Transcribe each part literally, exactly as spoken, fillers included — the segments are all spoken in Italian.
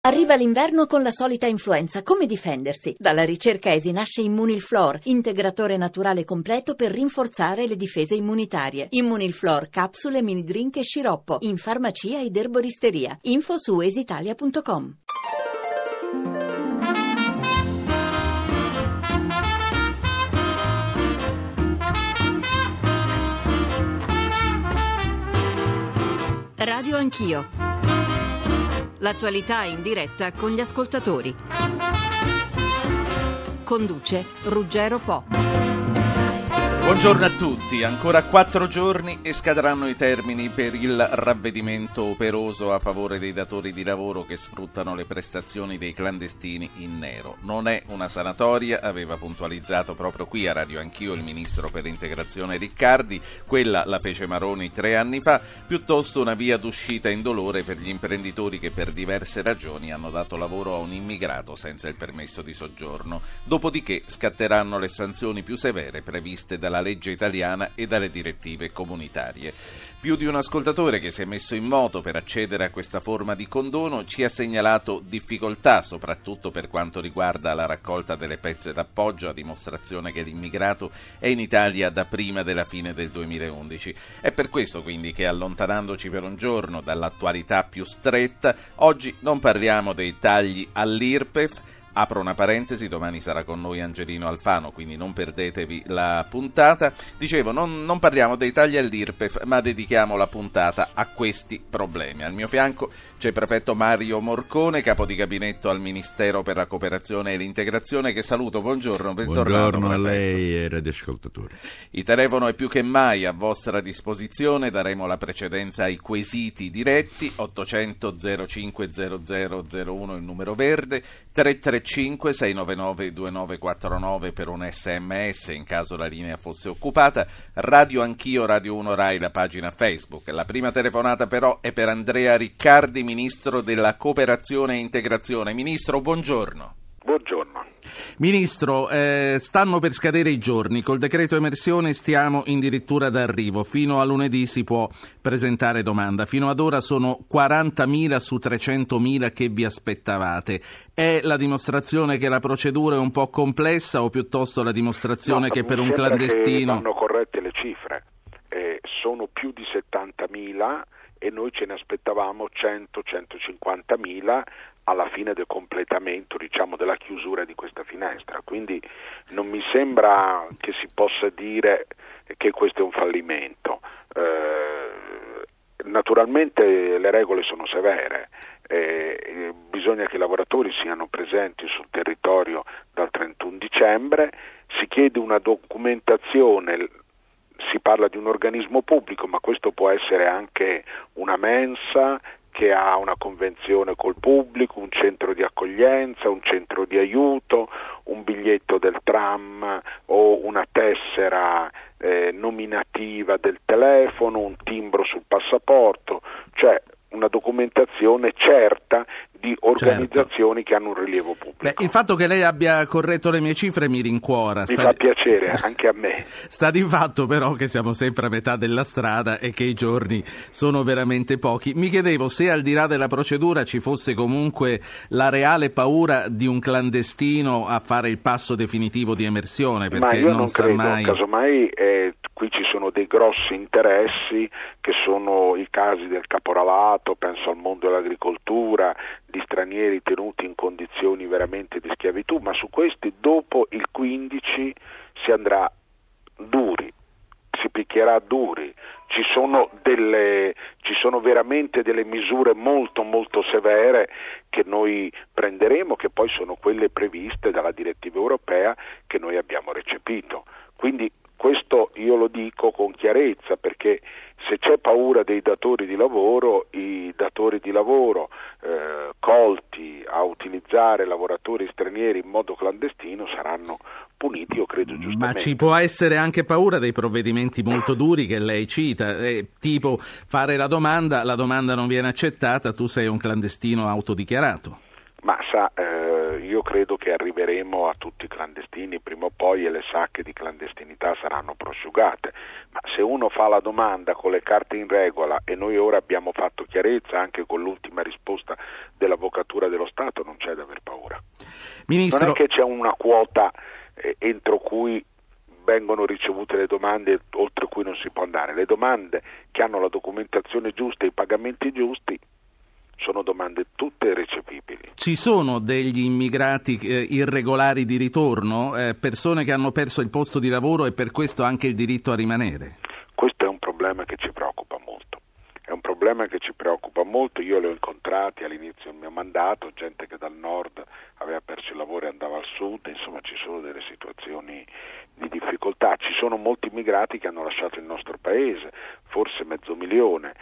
Arriva l'inverno con la solita influenza. Come difendersi? Dalla ricerca ESI nasce Immunilflor, integratore naturale completo per rinforzare le difese immunitarie. Immunilflor, capsule, mini drink e sciroppo. In farmacia ed erboristeria. Info su esitalia punto com. Radio Anch'io. L'attualità in diretta con gli ascoltatori. Conduce Ruggero Po. Buongiorno a tutti, ancora quattro giorni e scadranno i termini per il ravvedimento operoso a favore dei datori di lavoro che sfruttano le prestazioni dei clandestini in nero. Non è una sanatoria, aveva puntualizzato proprio qui a Radio Anch'io il ministro per l'integrazione Riccardi, quella la fece Maroni tre anni fa, piuttosto una via d'uscita indolore per gli imprenditori che per diverse ragioni hanno dato lavoro a un immigrato senza il permesso di soggiorno. Dopodiché scatteranno le sanzioni più severe previste dalla legge italiana e dalle direttive comunitarie. Più di un ascoltatore che si è messo in moto per accedere a questa forma di condono ci ha segnalato difficoltà, soprattutto per quanto riguarda la raccolta delle pezze d'appoggio, a dimostrazione che l'immigrato è in Italia da prima della fine del duemilaundici. È per questo quindi che, allontanandoci per un giorno dall'attualità più stretta, oggi non parliamo dei tagli all'Irpef. Apro una parentesi, domani sarà con noi Angelino Alfano, quindi non perdetevi la puntata. Dicevo, non, non parliamo dei tagli all'Irpef, ma dedichiamo la puntata a questi problemi. Al mio fianco c'è il prefetto Mario Morcone, capo di gabinetto al Ministero per la Cooperazione e l'Integrazione, che saluto. Buongiorno, bentornato. Buongiorno prefetto. a lei e ai radioascoltatori. Il telefono è più che mai a vostra disposizione, daremo la precedenza ai quesiti diretti. Ottocento zero cinque zero zero zero uno il numero verde, tre tre cinque sei nove nove due nove quattro nove per un sms in caso la linea fosse occupata. Radio Anch'io, Radio uno Rai, la pagina Facebook. La prima telefonata però è per Andrea Riccardi, Ministro della Cooperazione e Integrazione. Ministro, buongiorno. Buongiorno. Ministro, eh, stanno per scadere i giorni, col decreto emersione stiamo addirittura d'arrivo, fino a lunedì si può presentare domanda, fino ad ora sono quarantamila su trecentomila che vi aspettavate. È la dimostrazione che la procedura è un po' complessa o piuttosto la dimostrazione no, che per un clandestino... clandestino... Vanno corrette le cifre, eh, sono più di settantamila e noi ce ne aspettavamo cento centocinquantamila alla fine del completamento, diciamo, della chiusura di questa finestra, quindi non mi sembra che si possa dire che questo è un fallimento. Eh, naturalmente le regole sono severe, eh, bisogna che i lavoratori siano presenti sul territorio dal trentuno dicembre, si chiede una documentazione. Si parla di un organismo pubblico, ma questo può essere anche una mensa che ha una convenzione col pubblico, un centro di accoglienza, un centro di aiuto, un biglietto del tram o una tessera eh, nominativa del telefono, un timbro sul passaporto, cioè una documentazione certa di organizzazioni certo. che hanno un rilievo pubblico. Beh, il fatto che lei abbia corretto le mie cifre mi rincuora. Mi sta... fa piacere, anche a me. Sta di fatto però che siamo sempre a metà della strada e che i giorni sono veramente pochi. Mi chiedevo se al di là della procedura ci fosse comunque la reale paura di un clandestino a fare il passo definitivo di emersione, perché Ma io non, non sa credo, mai... casomai eh, qui ci sono dei grossi interessi che sono i casi del caporalato, penso al mondo dell'agricoltura, di stranieri tenuti in condizioni veramente di schiavitù, ma su questi dopo il quindici si andrà duri, si picchierà duri. Ci sono delle, ci sono veramente delle misure molto molto severe che noi prenderemo, che poi sono quelle previste dalla direttiva europea che noi abbiamo recepito. Quindi questo io lo dico con chiarezza, perché se c'è paura dei datori di lavoro, i datori di lavoro eh, colti a utilizzare lavoratori stranieri in modo clandestino saranno puniti, io credo giustamente. Ma ci può essere anche paura dei provvedimenti molto duri che lei cita, eh, tipo fare la domanda, la domanda non viene accettata, tu sei un clandestino autodichiarato. Ma sa, eh, io credo che arriveremo a tutti i clandestini prima o poi e le sacche di clandestinità saranno prosciugate, ma se uno fa la domanda con le carte in regola, e noi ora abbiamo fatto chiarezza anche con l'ultima risposta dell'Avvocatura dello Stato Ministro... Non è che c'è una quota eh, entro cui vengono ricevute le domande oltre cui non si può andare. Le domande che hanno la documentazione giusta e i pagamenti giusti sono domande tutte recepibili. Ci sono degli immigrati eh, irregolari di ritorno, eh, persone che hanno perso il posto di lavoro e per questo anche il diritto a rimanere? Questo è un problema che ci preoccupa molto. È un problema che ci preoccupa molto. Io li ho incontrati all'inizio del mio mandato, gente che dal nord aveva perso il lavoro e andava al sud, insomma ci sono delle situazioni di difficoltà. Ci sono molti immigrati che hanno lasciato il nostro paese, forse mezzo milione,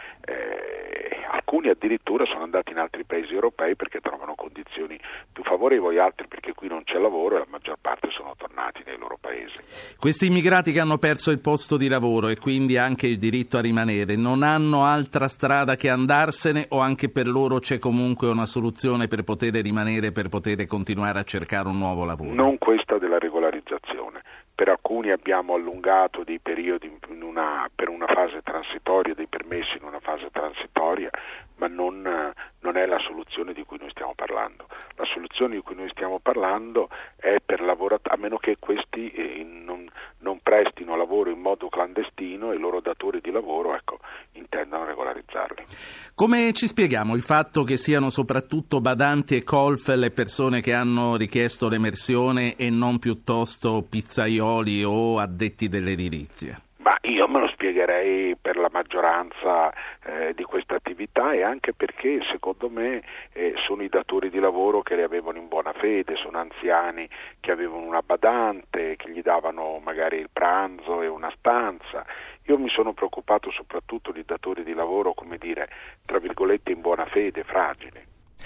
eh, alcuni addirittura sono andati in altri paesi europei perché trovano condizioni più favorevoli, altri perché qui non c'è lavoro e la maggior parte sono tornati nei loro paesi. Questi immigrati che hanno perso il posto di lavoro e quindi anche il diritto a rimanere, non hanno altra strada che andarsene o anche per loro c'è comunque una soluzione per poter rimanere, per poter continuare a cercare un nuovo lavoro? Non questa della regolarizzazione. Per alcuni abbiamo allungato dei periodi in una, per una fase transitoria, dei permessi in una fase transitoria, ma non, non è la soluzione di cui noi stiamo parlando. La soluzione di cui noi stiamo parlando è per lavoratori, a meno che questi eh, non, non prestino lavoro in modo clandestino e i loro datori di lavoro ecco, intendano regolarizzarli. Come ci spieghiamo il fatto che siano soprattutto badanti e colf le persone che hanno richiesto l'emersione e non piuttosto pizzaioli o addetti dell'edilizia? Ma io me lo spiegherei per la maggioranza eh, di questa attività e anche perché secondo me eh, sono i datori di lavoro che le avevano in buona fede, sono anziani che avevano una badante, che gli davano magari il pranzo e una stanza. Io mi sono preoccupato soprattutto di datori di lavoro, come dire, tra virgolette in buona fede, fragili.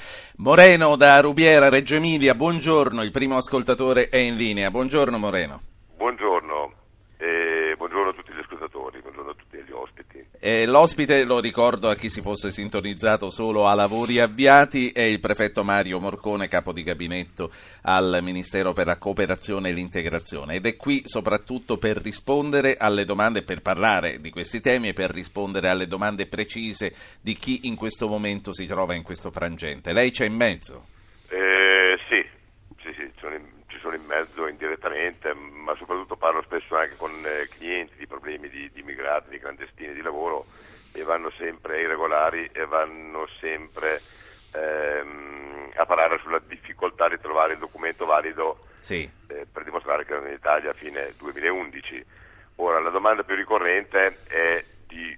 Moreno da Rubiera, Reggio Emilia, buongiorno, il primo ascoltatore è in linea. Buongiorno Moreno. Buongiorno, eh, buongiorno a tutti gli ascoltatori, buongiorno a tutti gli ospiti. Eh, l'ospite, lo ricordo a chi si fosse sintonizzato solo a lavori avviati, è il prefetto Mario Morcone, capo di gabinetto al Ministero per la Cooperazione e l'Integrazione, ed è qui soprattutto per rispondere alle domande, per parlare di questi temi e per rispondere alle domande precise di chi in questo momento si trova in questo frangente. Lei c'è in mezzo? Eh, sì, sì, sì, sono in, ci sono in mezzo indirettamente, ma soprattutto parlo spesso anche con eh, clienti di problemi di, di immigrati, di clandestini di lavoro, e vanno sempre irregolari e vanno sempre ehm, a parlare sulla difficoltà di trovare il documento valido sì. eh, per dimostrare che erano in Italia a fine duemilaundici. Ora, la domanda più ricorrente è di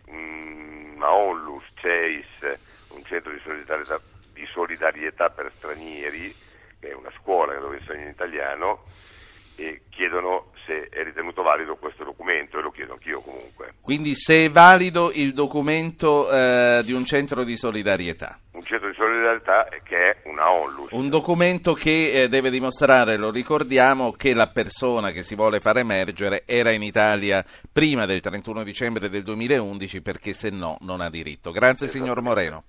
una Onlus, C E I S, un centro di solidarietà, di solidarietà per stranieri, che è una scuola dove insegna in italiano, e chiedono se è ritenuto valido questo documento, e lo chiedo anch'io comunque. Quindi se è valido il documento eh, di un centro di solidarietà. Un centro di solidarietà che è una Onlus. Un documento che eh, deve dimostrare, lo ricordiamo, che la persona che si vuole far emergere era in Italia prima del trentuno dicembre del duemilaundici, perché se no non ha diritto. Grazie signor Moreno.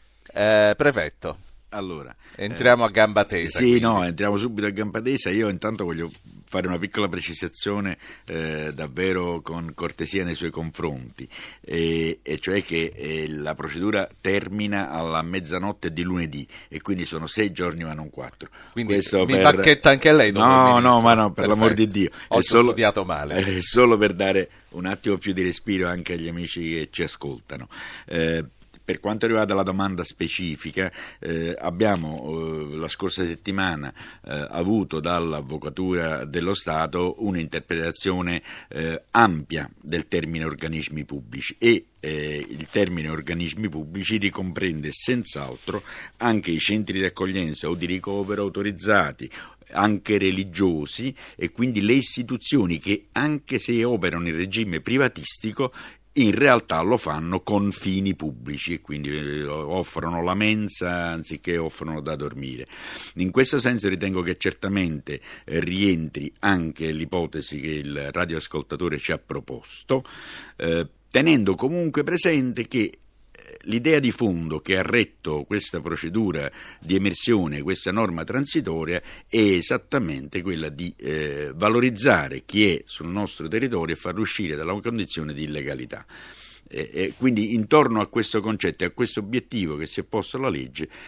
Eh, prefetto. Allora, entriamo eh, a gamba tesa. Sì, quindi. no, entriamo subito a gamba tesa. Io intanto voglio fare una piccola precisazione eh, davvero con cortesia nei suoi confronti, e, e cioè che eh, la procedura termina alla mezzanotte di lunedì e quindi sono sei giorni ma non quattro. Quindi Questo mi per... bacchetta anche lei, dopo No, il no, ma no, per Perfetto. l'amor di Dio. Ho è solo, studiato male. È solo per dare un attimo più di respiro anche agli amici che ci ascoltano. Eh, Per quanto riguarda la domanda specifica, eh, abbiamo eh, la scorsa settimana eh, avuto dall'Avvocatura dello Stato un'interpretazione eh, ampia del termine organismi pubblici e eh, il termine organismi pubblici ricomprende senz'altro anche i centri di accoglienza o di ricovero autorizzati, anche religiosi, e quindi le istituzioni che, anche se operano in regime privatistico, in realtà lo fanno con fini pubblici e quindi offrono la mensa anziché offrono da dormire. In questo senso ritengo che certamente rientri anche l'ipotesi che il radioascoltatore ci ha proposto, eh, tenendo comunque presente che l'idea di fondo che ha retto questa procedura di emersione, questa norma transitoria, è esattamente quella di eh, valorizzare chi è sul nostro territorio e farlo uscire dalla condizione di illegalità. E, e quindi intorno a questo concetto e a questo obiettivo che si è posto la legge,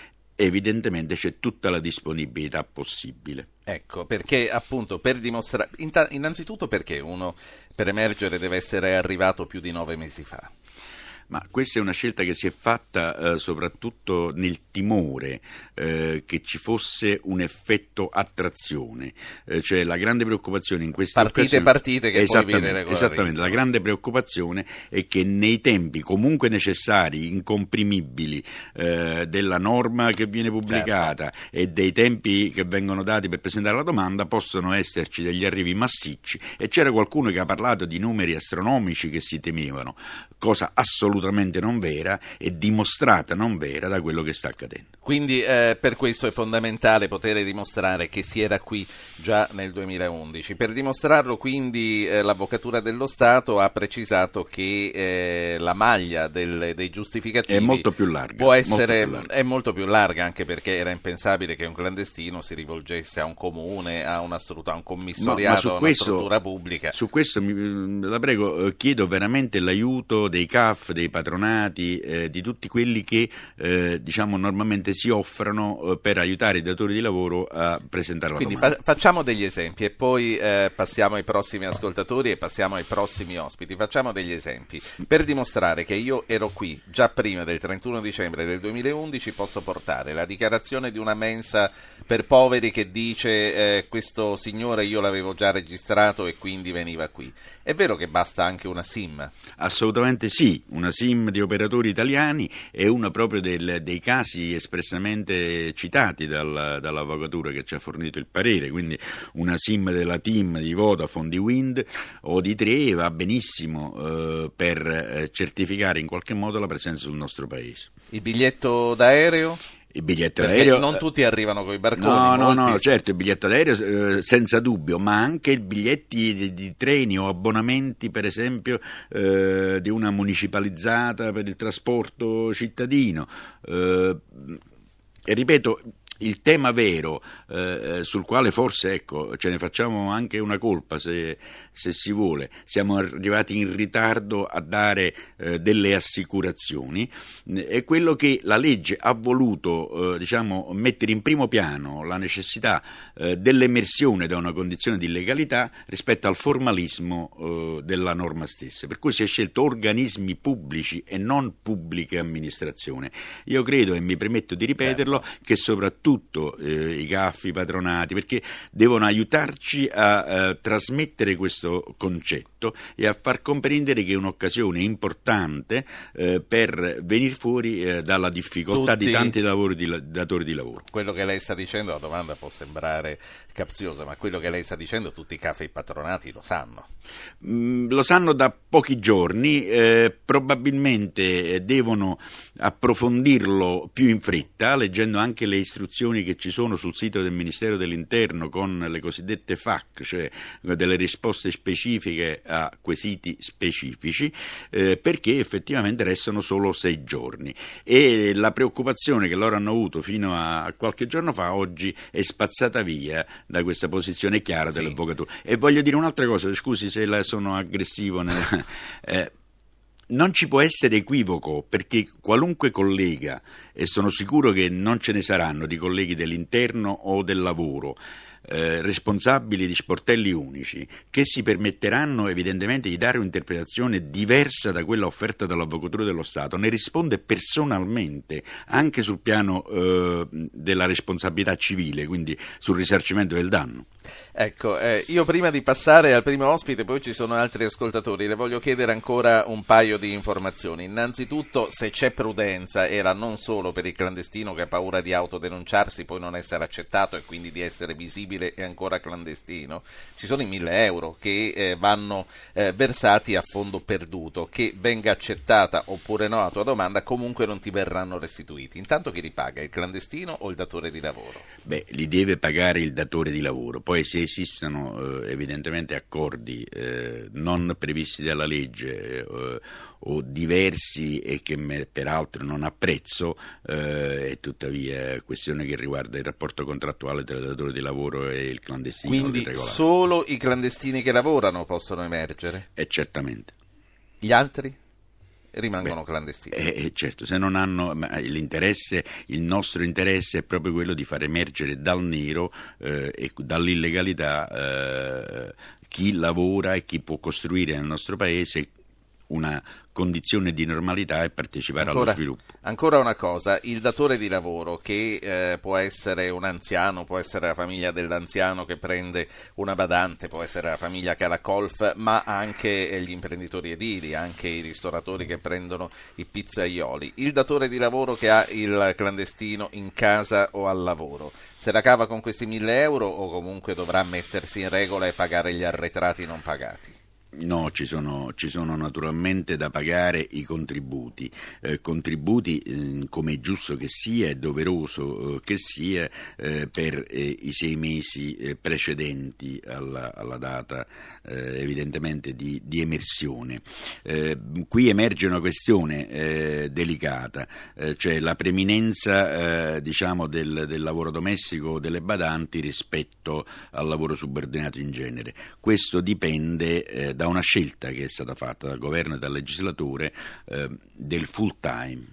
evidentemente c'è tutta la disponibilità possibile. Ecco, perché appunto per dimostrare, innanzitutto perché uno per emergere deve essere arrivato più di nove mesi fa. Ma questa è una scelta che si è fatta eh, soprattutto nel timore eh, che ci fosse un effetto attrazione, eh, cioè la grande preoccupazione in questa partite occasione, partite che poi viene esattamente, la grande preoccupazione è che nei tempi comunque necessari, incomprimibili eh, della norma che viene pubblicata, certo, e dei tempi che vengono dati per presentare la domanda, possono esserci degli arrivi massicci, e c'era qualcuno che ha parlato di numeri astronomici che si temevano, cosa assolutamente non vera e dimostrata non vera da quello che sta accadendo. Quindi eh, per questo è fondamentale poter dimostrare che si era qui già nel duemilaundici. Per dimostrarlo quindi eh, l'Avvocatura dello Stato ha precisato che eh, la maglia del, dei giustificativi è molto più larga. Può essere, molto è molto più larga, anche perché era impensabile che un clandestino si rivolgesse a un comune, a una struttura, a un commissariato, no, a una questo, struttura pubblica. Su questo mi, la prego, chiedo veramente l'aiuto dei C A F, dei patronati, eh, di tutti quelli che eh, diciamo normalmente si offrono eh, per aiutare i datori di lavoro a presentare la Quindi domanda. Fa- facciamo degli esempi e poi eh, passiamo ai prossimi ascoltatori e passiamo ai prossimi ospiti. Facciamo degli esempi. Per dimostrare che io ero qui già prima del trentuno dicembre del duemilaundici posso portare la dichiarazione di una mensa per poveri che dice eh, questo signore io l'avevo già registrato e quindi veniva qui. È vero che basta anche una SIM? Assolutamente sì, una SIM di operatori italiani è uno proprio del, dei casi espressamente citati dal, dall'Avvocatura che ci ha fornito il parere, quindi una SIM della TIM, di Vodafone, di Wind o di Tre va benissimo eh, per eh, certificare in qualche modo la presenza sul nostro paese. Il biglietto d'aereo? Il biglietto Perché d'aereo non tutti arrivano con i barconi. No, no, molti... no, certo, il biglietto d'aereo eh, senza dubbio, ma anche i biglietti di, di treni o abbonamenti, per esempio, eh, di una municipalizzata per il trasporto cittadino. Eh, e ripeto, il tema vero eh, sul quale forse ecco ce ne facciamo anche una colpa se, se si vuole, siamo arrivati in ritardo a dare eh, delle assicurazioni, è quello che la legge ha voluto eh, diciamo mettere in primo piano la necessità eh, dell'emersione da una condizione di illegalità rispetto al formalismo eh, della norma stessa, per cui si è scelto organismi pubblici e non pubbliche amministrazioni. Io credo, e mi permetto di ripeterlo, certo, che soprattutto Tutto, eh, i C A F, i patronati, perché devono aiutarci a eh, trasmettere questo concetto e a far comprendere che è un'occasione importante eh, per venire fuori eh, dalla difficoltà Tutti, di tanti lavori di, datori di lavoro. Quello che lei sta dicendo, la domanda può sembrare capziosa, ma quello che lei sta dicendo tutti i C A F e i patronati lo sanno. Mm, lo sanno da pochi giorni, eh, probabilmente devono approfondirlo più in fretta, leggendo anche le istruzioni che ci sono sul sito del Ministero dell'Interno con le cosiddette F A Q, cioè delle risposte specifiche a quesiti specifici, eh, perché effettivamente restano solo sei giorni e la preoccupazione che loro hanno avuto fino a qualche giorno fa oggi è spazzata via da questa posizione chiara sì. dell'Avvocatura. E voglio dire un'altra cosa, scusi se la sono aggressivo nel, eh, non ci può essere equivoco, perché qualunque collega, e sono sicuro che non ce ne saranno di colleghi dell'interno o del lavoro, eh, responsabili di sportelli unici, che si permetteranno evidentemente di dare un'interpretazione diversa da quella offerta dall'Avvocatura dello Stato, ne risponde personalmente, anche sul piano eh, della responsabilità civile, quindi sul risarcimento del danno. Ecco, eh, io prima di passare al primo ospite, poi ci sono altri ascoltatori, le voglio chiedere ancora un paio di informazioni. Innanzitutto, se c'è prudenza, era non solo per il clandestino che ha paura di autodenunciarsi, poi non essere accettato e quindi di essere visibile e ancora clandestino, ci sono i mille euro che eh, vanno eh, versati a fondo perduto, che venga accettata oppure no la tua domanda, comunque non ti verranno restituiti. Intanto chi li paga, il clandestino o il datore di lavoro? Beh, li deve pagare il datore di lavoro, poi se esistono eh, evidentemente accordi eh, non previsti dalla legge eh, o diversi e che me, peraltro non apprezzo, eh, è tuttavia questione che riguarda il rapporto contrattuale tra il datore di lavoro e il clandestino. Quindi solo i clandestini che lavorano possono emergere? Eh, certamente. Gli altri? rimangono Beh, clandestini. Eh, certo, se non hanno l'interesse, il nostro interesse è proprio quello di far emergere dal nero eh, e dall'illegalità eh, chi lavora e chi può costruire nel nostro paese una condizione di normalità e partecipare ancora, allo sviluppo. Ancora una cosa, il datore di lavoro che eh, può essere un anziano, può essere la famiglia dell'anziano che prende una badante, può essere la famiglia che ha la colf, ma anche gli imprenditori edili, anche i ristoratori che prendono i pizzaioli. Il datore di lavoro che ha il clandestino in casa o al lavoro, se la cava con questi mille euro o comunque dovrà mettersi in regola e pagare gli arretrati non pagati? No, ci sono, ci sono naturalmente da pagare i contributi, eh, contributi eh, come è giusto che sia, è doveroso eh, che sia eh, per eh, i sei mesi eh, precedenti alla, alla data eh, evidentemente di, di emersione. Eh, qui emerge una questione eh, delicata, eh, cioè la preminenza eh, diciamo del, del lavoro domestico delle badanti rispetto al lavoro subordinato in genere. Questo dipende eh, da da una scelta che è stata fatta dal governo e dal legislatore eh, del full time,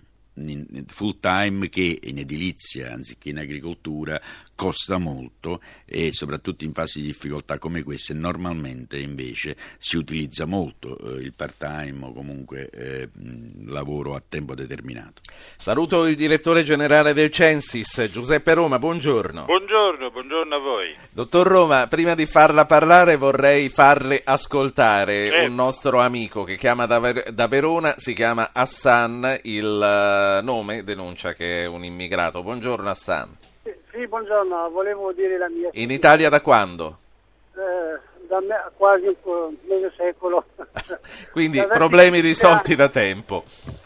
full time che in edilizia anziché in agricoltura costa molto e soprattutto in fasi di difficoltà come queste normalmente invece si utilizza molto eh, il part time o comunque eh, lavoro a tempo determinato. Saluto il direttore generale del Censis, Giuseppe Roma, buongiorno. Buongiorno, buongiorno a voi. Dottor Roma, prima di farla parlare vorrei farle ascoltare certo. Un nostro amico che chiama da, Ver- da Verona, si chiama Hassan, il uh, nome denuncia che è un immigrato. Buongiorno Hassan. Sì, sì, buongiorno, volevo dire la mia... In Italia da quando? Eh, da me, quasi un mezzo secolo. Quindi da problemi risolti da tempo.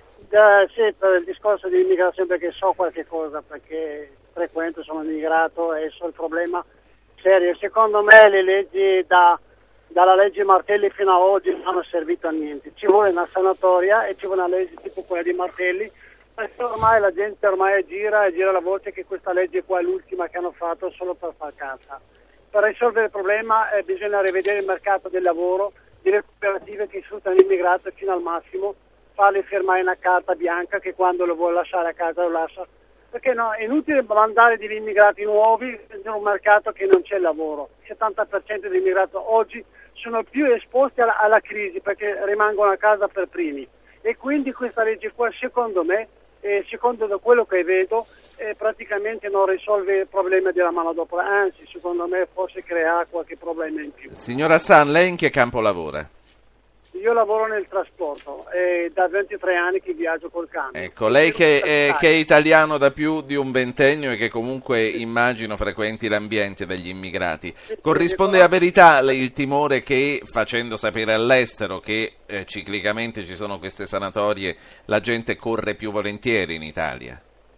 Da, sì, per il discorso di immigrazione, perché so qualche cosa, perché frequento, sono immigrato e so il problema serio. Secondo me le leggi, da, dalla legge Martelli fino ad oggi non hanno servito a niente. Ci vuole una sanatoria e ci vuole una legge tipo quella di Martelli, perché ormai la gente ormai gira e gira la voce che questa legge qua è l'ultima che hanno fatto solo per far cassa. Per risolvere il problema eh, bisogna rivedere il mercato del lavoro, delle cooperative che sfruttano l'immigrato fino al massimo, farli firmare una carta bianca che quando lo vuole lasciare a casa lo lascia, perché no, è inutile mandare degli immigrati nuovi in un mercato che non c'è lavoro. Il settanta per cento degli immigrati oggi sono più esposti alla, alla crisi perché rimangono a casa per primi e quindi questa legge qua secondo me, eh, secondo da quello che vedo, eh, praticamente non risolve il problema della manodopera, anzi secondo me forse crea qualche problema in più. Signor Hassan, lei in che campo lavora? Io lavoro nel trasporto, è da ventitré anni che viaggio col camion. Ecco, lei che è, che è italiano da più di un ventennio e che comunque immagino frequenti l'ambiente degli immigrati, corrisponde a verità il timore che, facendo sapere all'estero che eh, ciclicamente ci sono queste sanatorie, la gente corre più volentieri in Italia?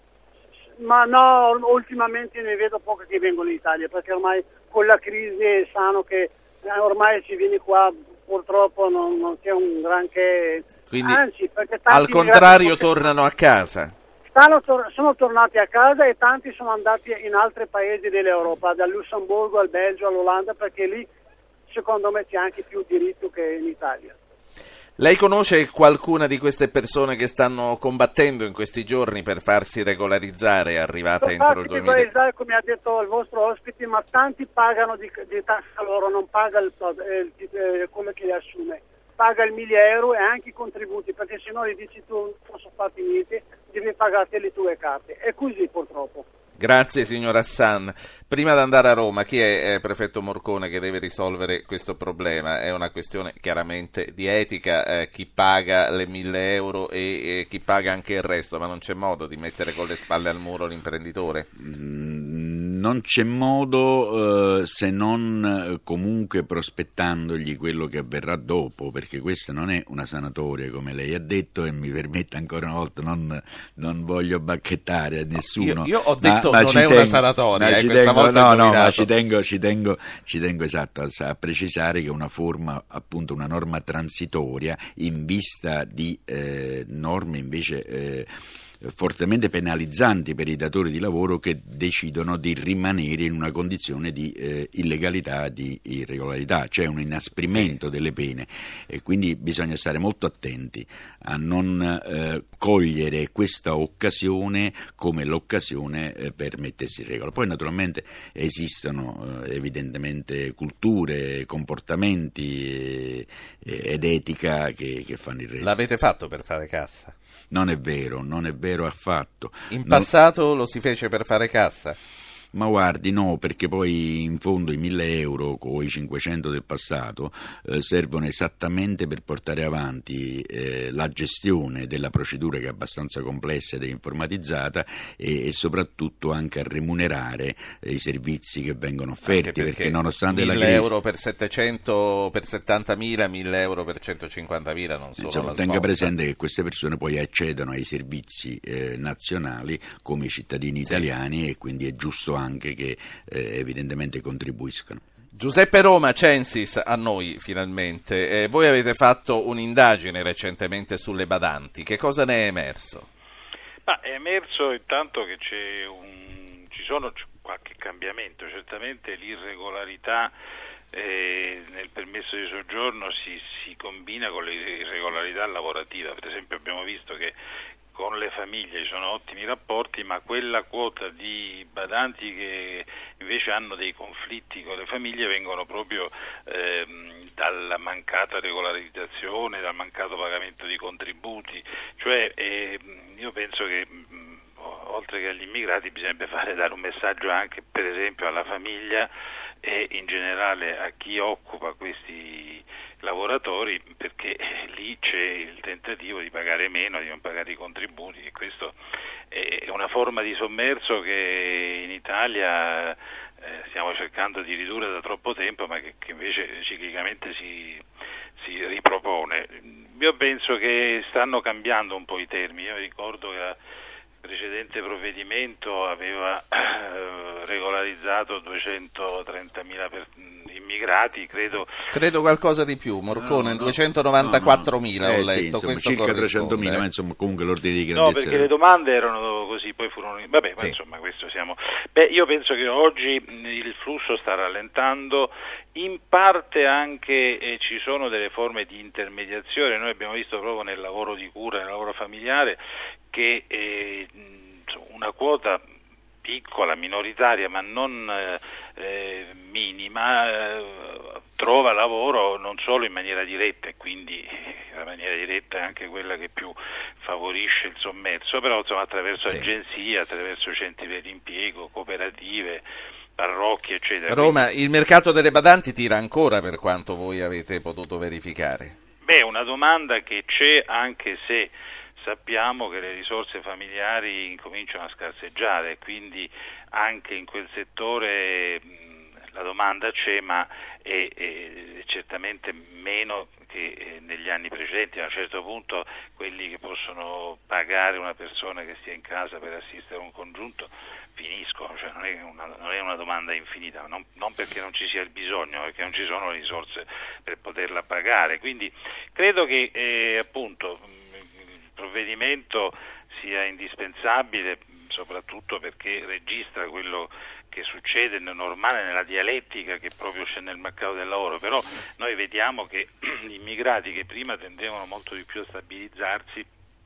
Ma no, ultimamente ne vedo poche che vengono in Italia, perché ormai con la crisi sanno che ormai si viene qua... Purtroppo non, non c'è un granché, quindi anzi, perché tanti al contrario immigrati tornano a casa. Stanno, sono tornati a casa e tanti sono andati in altri paesi dell'Europa, dal Lussemburgo al Belgio all'Olanda, perché lì secondo me c'è anche più diritto che in Italia. Lei conosce qualcuna di queste persone che stanno combattendo in questi giorni per farsi regolarizzare, arrivate entro il duemila? Regolarizzare, come ha detto il vostro ospite, ma tanti pagano di, di tassa loro, non paga il, il, il, quello che li assume, paga il mille euro e anche i contributi, perché se no gli dici tu non posso farti niente, devi pagarti le tue carte. È così purtroppo. Grazie signor Hassan. Prima di andare a Roma, chi è eh, prefetto Morcone che deve risolvere questo problema? È una questione chiaramente di etica, eh, chi paga le mille euro e eh, chi paga anche il resto, ma non c'è modo di mettere con le spalle al muro l'imprenditore? Mm, non c'è modo eh, se non eh, comunque prospettandogli quello che avverrà dopo, perché questa non è una sanatoria come lei ha detto, e mi permetta ancora una volta, non, non voglio bacchettare a nessuno. Io, io ho detto ma, ma non è tengo, una sanatoria, eh, questa tengo, volta no, ho no, ma indovinato. ci tengo, ci tengo, ci tengo esatto a, a precisare che è una forma, appunto una norma transitoria in vista di eh, norme invece eh, fortemente penalizzanti per i datori di lavoro che decidono di rimanere in una condizione di eh, illegalità, di irregolarità. C'è un inasprimento sì. delle pene e quindi bisogna stare molto attenti a non eh, cogliere questa occasione come l'occasione eh, per mettersi in regola. Poi naturalmente esistono eh, evidentemente culture, comportamenti eh, ed etica che, che fanno il resto. L'avete fatto per fare cassa? Non è vero, non è vero affatto. In non... passato lo si fece per fare cassa? Ma guardi, no, perché poi in fondo i mille euro o i cinquecento del passato eh, servono esattamente per portare avanti eh, la gestione della procedura, che è abbastanza complessa ed è informatizzata, e, e soprattutto anche a remunerare eh, i servizi che vengono offerti, perché, perché nonostante la crisi... mille euro per settecento, per settantamila, mille euro per centocinquantamila non sono Insomma, la tenga svolta. presente che queste persone poi accedono ai servizi eh, nazionali come i cittadini sì. italiani, e quindi è giusto anche che eh, evidentemente contribuiscano. Giuseppe Roma, Censis, a noi finalmente. Eh, voi avete fatto un'indagine recentemente sulle badanti, che cosa ne è emerso? Ma è emerso intanto che c'è un, ci sono qualche cambiamento, certamente l'irregolarità eh, nel permesso di soggiorno si, si combina con l'irregolarità lavorativa. Per esempio abbiamo visto che con le famiglie ci sono ottimi rapporti, ma quella quota di badanti che invece hanno dei conflitti con le famiglie vengono proprio ehm, dalla mancata regolarizzazione, dal mancato pagamento di contributi. Cioè eh, io penso che mh, oltre che agli immigrati bisogna fare dare un messaggio anche per esempio alla famiglia e in generale a chi occupa questi lavoratori, perché lì c'è il tentativo di pagare meno, di non pagare i contributi, e questo è una forma di sommerso che in Italia eh, stiamo cercando di ridurre da troppo tempo, ma che, che invece ciclicamente si, si ripropone. Io penso che stanno cambiando un po' i termini. Io ricordo che la precedente provvedimento aveva eh, regolarizzato duecentotrentamila per, immigrati, credo credo qualcosa di più, Morcone, no, no, duecentonovantaquattromila no, no. ho Eh, letto, sì, insomma, questo circa trecentomila, eh. ma insomma comunque l'ordine di grandezza. No, perché le domande erano così, poi furono vabbè, ma sì. insomma questo siamo. Beh, io penso che oggi il flusso sta rallentando, in parte anche eh, ci sono delle forme di intermediazione. Noi abbiamo visto proprio nel lavoro di cura, nel lavoro familiare, che eh, una quota piccola, minoritaria, ma non eh, minima, eh, trova lavoro non solo in maniera diretta, e quindi la maniera diretta è anche quella che più favorisce il sommerso, però insomma attraverso sì. agenzie, attraverso centri per l'impiego, cooperative, parrocchie, eccetera. Roma, quindi... il mercato delle badanti tira ancora, per quanto voi avete potuto verificare? Beh, una domanda che c'è, anche se sappiamo che le risorse familiari incominciano a scarseggiare, quindi anche in quel settore mh, la domanda c'è, ma è, è certamente meno che negli anni precedenti. A un certo punto quelli che possono pagare una persona che stia in casa per assistere un congiunto finiscono, cioè non è una, non è una domanda infinita, non, non perché non ci sia il bisogno, perché non ci sono risorse per poterla pagare. Quindi credo che eh, appunto il provvedimento sia indispensabile, soprattutto perché registra quello che succede nel normale, nella dialettica che proprio c'è nel mercato del lavoro. Però noi vediamo che gli immigrati, che prima tendevano molto di più a stabilizzarsi,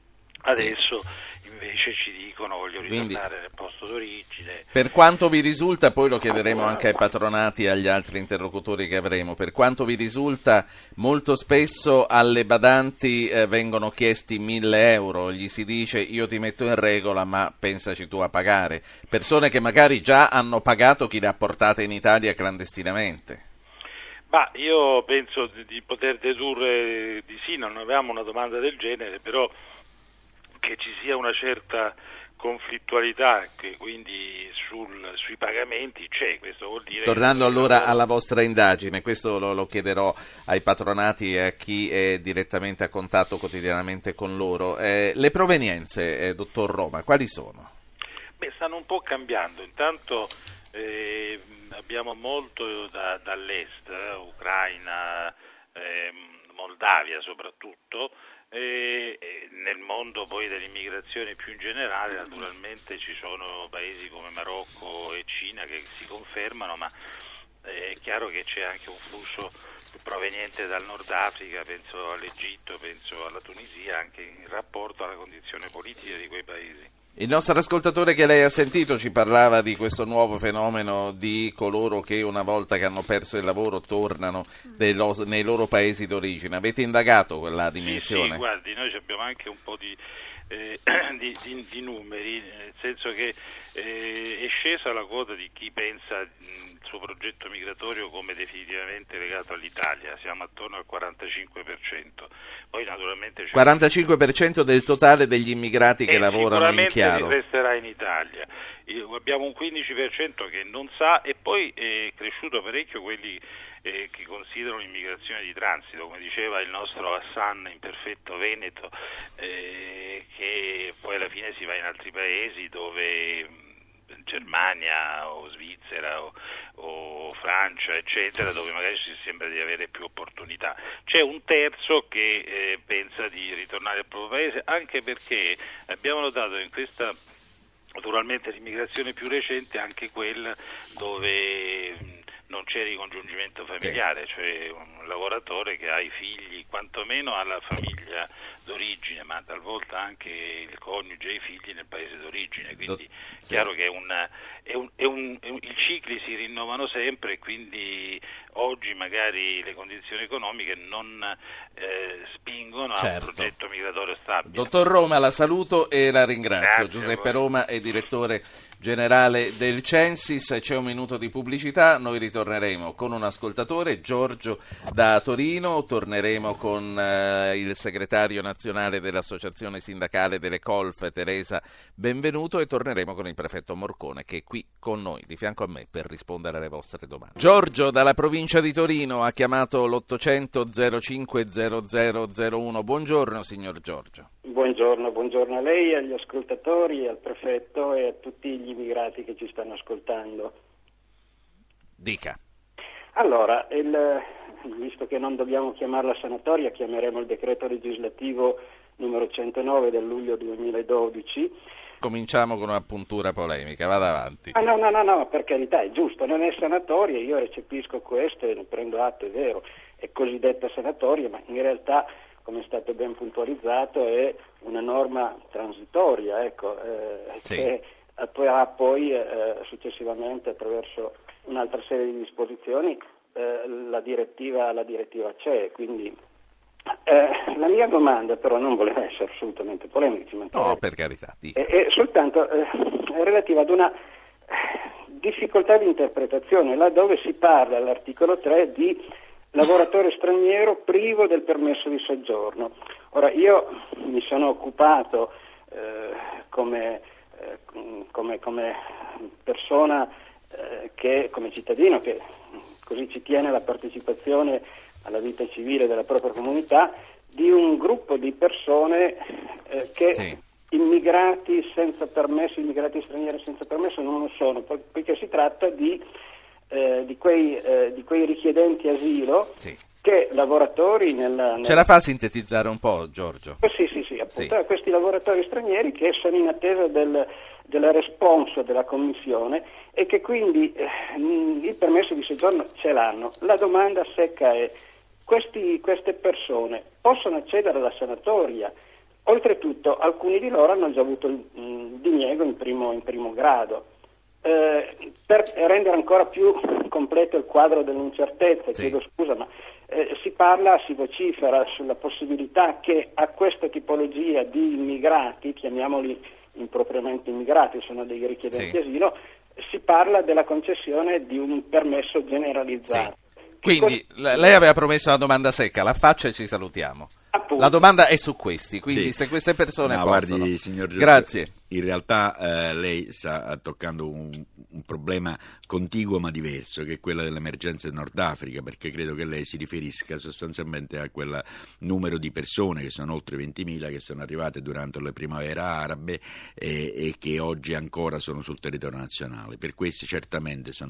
adesso invece ci dicono voglio ritornare Quindi, nel posto d'origine. Per quanto vi risulta, poi lo chiederemo anche ai patronati e agli altri interlocutori che avremo, per quanto vi risulta molto spesso alle badanti eh, vengono chiesti mille euro, gli si dice io ti metto in regola ma pensaci tu a pagare, persone che magari già hanno pagato chi le ha portate in Italia clandestinamente. Ma io penso di, di poter dedurre di sì, non avevamo una domanda del genere, però che ci sia una certa conflittualità, che quindi sul, sui pagamenti c'è, questo vuol dire... Tornando allora alla vostra indagine, questo lo, lo chiederò ai patronati e a chi è direttamente a contatto quotidianamente con loro. Eh, le provenienze, eh, dottor Roma, quali sono? Beh, stanno un po' cambiando, intanto eh, abbiamo molto da, dall'est, eh, Ucraina, eh, Moldavia soprattutto, E nel mondo poi dell'immigrazione più in generale, naturalmente ci sono paesi come Marocco e Cina che si confermano, ma è chiaro che c'è anche un flusso proveniente dal Nord Africa, penso all'Egitto, penso alla Tunisia, anche in rapporto alla condizione politica di quei paesi. Il nostro ascoltatore che lei ha sentito ci parlava di questo nuovo fenomeno di coloro che una volta che hanno perso il lavoro tornano lo, nei loro paesi d'origine. Avete indagato quella dimensione? Sì, sì, guardi, noi abbiamo anche un po' di, eh, di, di, di numeri, nel senso che eh, è scesa la quota di chi pensa il suo progetto migratorio come definitivamente legato all'Italia, siamo attorno al quarantacinque per cento. Poi naturalmente c'è quarantacinque per cento del totale degli immigrati che e lavorano in chiaro. Sicuramente resterà in Italia. Abbiamo un quindici per cento che non sa, e poi è cresciuto parecchio quelli eh, che considerano l'immigrazione di transito, come diceva il nostro Hassan in perfetto veneto, eh, che poi alla fine si va in altri paesi dove Germania o Svizzera o, o Francia eccetera, dove magari si sembra di avere più opportunità. C'è un terzo che eh, pensa di ritornare al proprio paese, anche perché abbiamo notato in questa, naturalmente l'immigrazione più recente, anche quella dove non c'è ricongiungimento familiare, sì. Cioè un lavoratore che ha i figli, quantomeno ha la famiglia d'origine, ma talvolta anche il coniuge e i figli nel paese d'origine, quindi è sì. chiaro che è un, è un, è un, è un, i cicli si rinnovano sempre, quindi oggi magari le condizioni economiche non eh, spingono certo. a un progetto migratorio stabile. Dottor Roma, la saluto e la ringrazio. Grazie. Giuseppe Roma è direttore generale del Censis. C'è un minuto di pubblicità, noi ritorneremo con un ascoltatore, Giorgio da Torino, torneremo con eh, il segretario nazionale dell'associazione sindacale delle Colf, Teresa Benvenuto, e torneremo con il prefetto Morcone, che è qui con noi, di fianco a me, per rispondere alle vostre domande. Giorgio dalla provincia di Torino ha chiamato l'ottocento zero cinque zero zero zero uno. Buongiorno signor Giorgio. Buongiorno, buongiorno a lei, agli ascoltatori, al prefetto e a tutti gli immigrati che ci stanno ascoltando. Dica. Allora, il, visto che non dobbiamo chiamarla sanatoria, chiameremo il decreto legislativo numero centonove del luglio duemiladodici. Cominciamo con una puntura polemica, vada avanti. Ah, no, no, no, no, per carità, è giusto, non è sanatoria, io recepisco questo e ne prendo atto, è vero, è cosiddetta sanatoria, ma in realtà, come è stato ben puntualizzato, è una norma transitoria, ecco, eh, sì. che attuerà poi eh, successivamente attraverso un'altra serie di disposizioni eh, la direttiva la direttiva C E, quindi eh, la mia domanda però non voleva essere assolutamente polemica, ci no, per carità, è, è soltanto eh, è relativa ad una difficoltà di interpretazione, laddove si parla all'articolo tre di lavoratore straniero privo del permesso di soggiorno. Ora, io mi sono occupato eh, come, eh, come, come persona eh, che, come cittadino che così ci tiene alla partecipazione alla vita civile della propria comunità, di un gruppo di persone eh, che sì. immigrati senza permesso, immigrati stranieri senza permesso non lo sono, poiché si tratta di Eh, di, quei, eh, di quei richiedenti asilo sì. che lavoratori nel, nel... Ce la fa sintetizzare un po', Giorgio? Eh, sì, sì, sì, appunto, sì. Questi lavoratori stranieri che sono in attesa del, della responso della commissione e che quindi eh, il permesso di soggiorno ce l'hanno. La domanda secca è: questi, queste persone possono accedere alla sanatoria? Oltretutto alcuni di loro hanno già avuto il mh, diniego in primo, in primo grado. Eh, per rendere ancora più completo il quadro dell'incertezza, sì. chiedo scusa, ma eh, si parla, si vocifera sulla possibilità che a questa tipologia di immigrati, chiamiamoli impropriamente immigrati, sono dei richiedenti sì. asilo, si parla della concessione di un permesso generalizzato. Sì. Quindi cos- lei aveva promesso una domanda secca, la faccia e ci salutiamo. Appunto. La domanda è su questi, quindi sì. se queste persone no, possono... Guardi, signor Giorgio, grazie. In realtà eh, lei sta toccando un, un problema contiguo ma diverso, che è quello dell'emergenza in Nord Africa, perché credo che lei si riferisca sostanzialmente a quel numero di persone, che sono oltre ventimila, che sono arrivate durante le primavere arabe e, e che oggi ancora sono sul territorio nazionale. Per questi certamente sono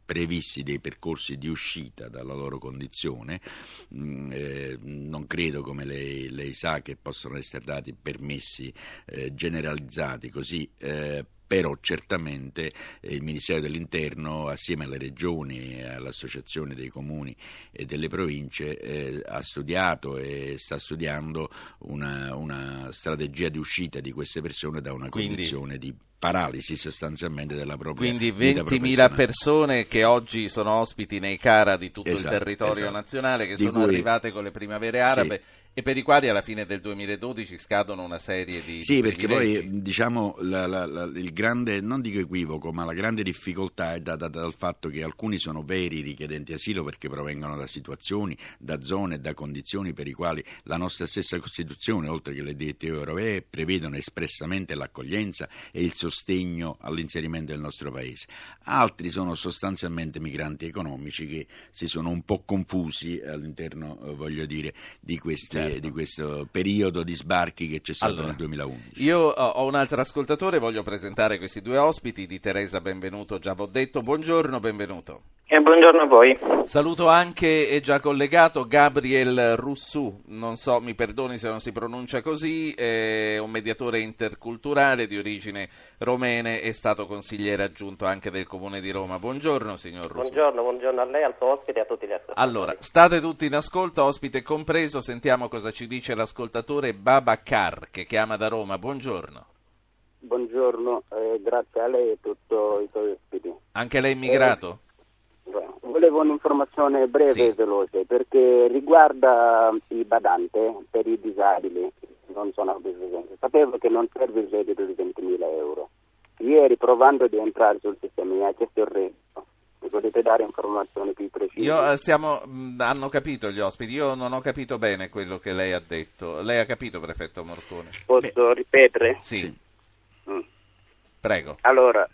previsti dei percorsi di uscita dalla loro condizione. Mm, eh, non credo, come lei, lei sa, che possano essere dati permessi eh, generalizzati così, eh, però certamente eh, il Ministero dell'Interno, assieme alle regioni e all'Associazione dei Comuni e delle Province, eh, ha studiato e sta studiando una, una strategia di uscita di queste persone da una Quindi... condizione di paralisi sostanzialmente della propria Quindi vita ventimila persone che oggi sono ospiti nei C A R A di tutto esatto, il territorio esatto. nazionale, che di sono cui... arrivate con le primavere arabe. Sì. E per i quali alla fine del duemiladodici scadono una serie di Sì, di perché privilegi. poi diciamo la, la, la, il grande, non dico equivoco, ma la grande difficoltà è data dal fatto che alcuni sono veri richiedenti asilo perché provengono da situazioni, da zone, da condizioni per i quali la nostra stessa Costituzione, oltre che le direttive europee, prevedono espressamente l'accoglienza e il sostegno all'inserimento del nostro Paese. Altri sono sostanzialmente migranti economici che si sono un po' confusi all'interno, eh, voglio dire, di queste Certo. di questo periodo di sbarchi che c'è stato allora, nel duemilaundici. Io ho un altro ascoltatore, voglio presentare questi due ospiti. Di Teresa Benvenuto già v'ho detto, buongiorno, benvenuto. E buongiorno a voi. Saluto anche, è già collegato, Gabriel Russù, non so, mi perdoni se non si pronuncia così, è un mediatore interculturale di origine romene, è stato consigliere aggiunto anche del Comune di Roma. Buongiorno signor Russù. Buongiorno, buongiorno a lei, al suo ospite e a tutti gli ascoltatori. Allora, state tutti in ascolto, ospite compreso, sentiamo cosa ci dice l'ascoltatore Babacar che chiama da Roma. Buongiorno. Buongiorno, eh, grazie a lei e a tutti i suoi ospiti. Anche lei immigrato? Eh, volevo un'informazione breve sì. e veloce, perché riguarda i badanti per i disabili, non sono autosufficienti. Sapevo che non serve il reddito di ventimila euro. Ieri, provando di entrare sul sistema, mi ha chiesto il reddito. Mi potete dare informazioni più precise? Io stiamo, mh, hanno capito gli ospiti, io non ho capito bene quello che lei ha detto. Lei ha capito, prefetto Morcone? Posso Beh. ripetere? Sì. sì. Mm. Prego. Allora,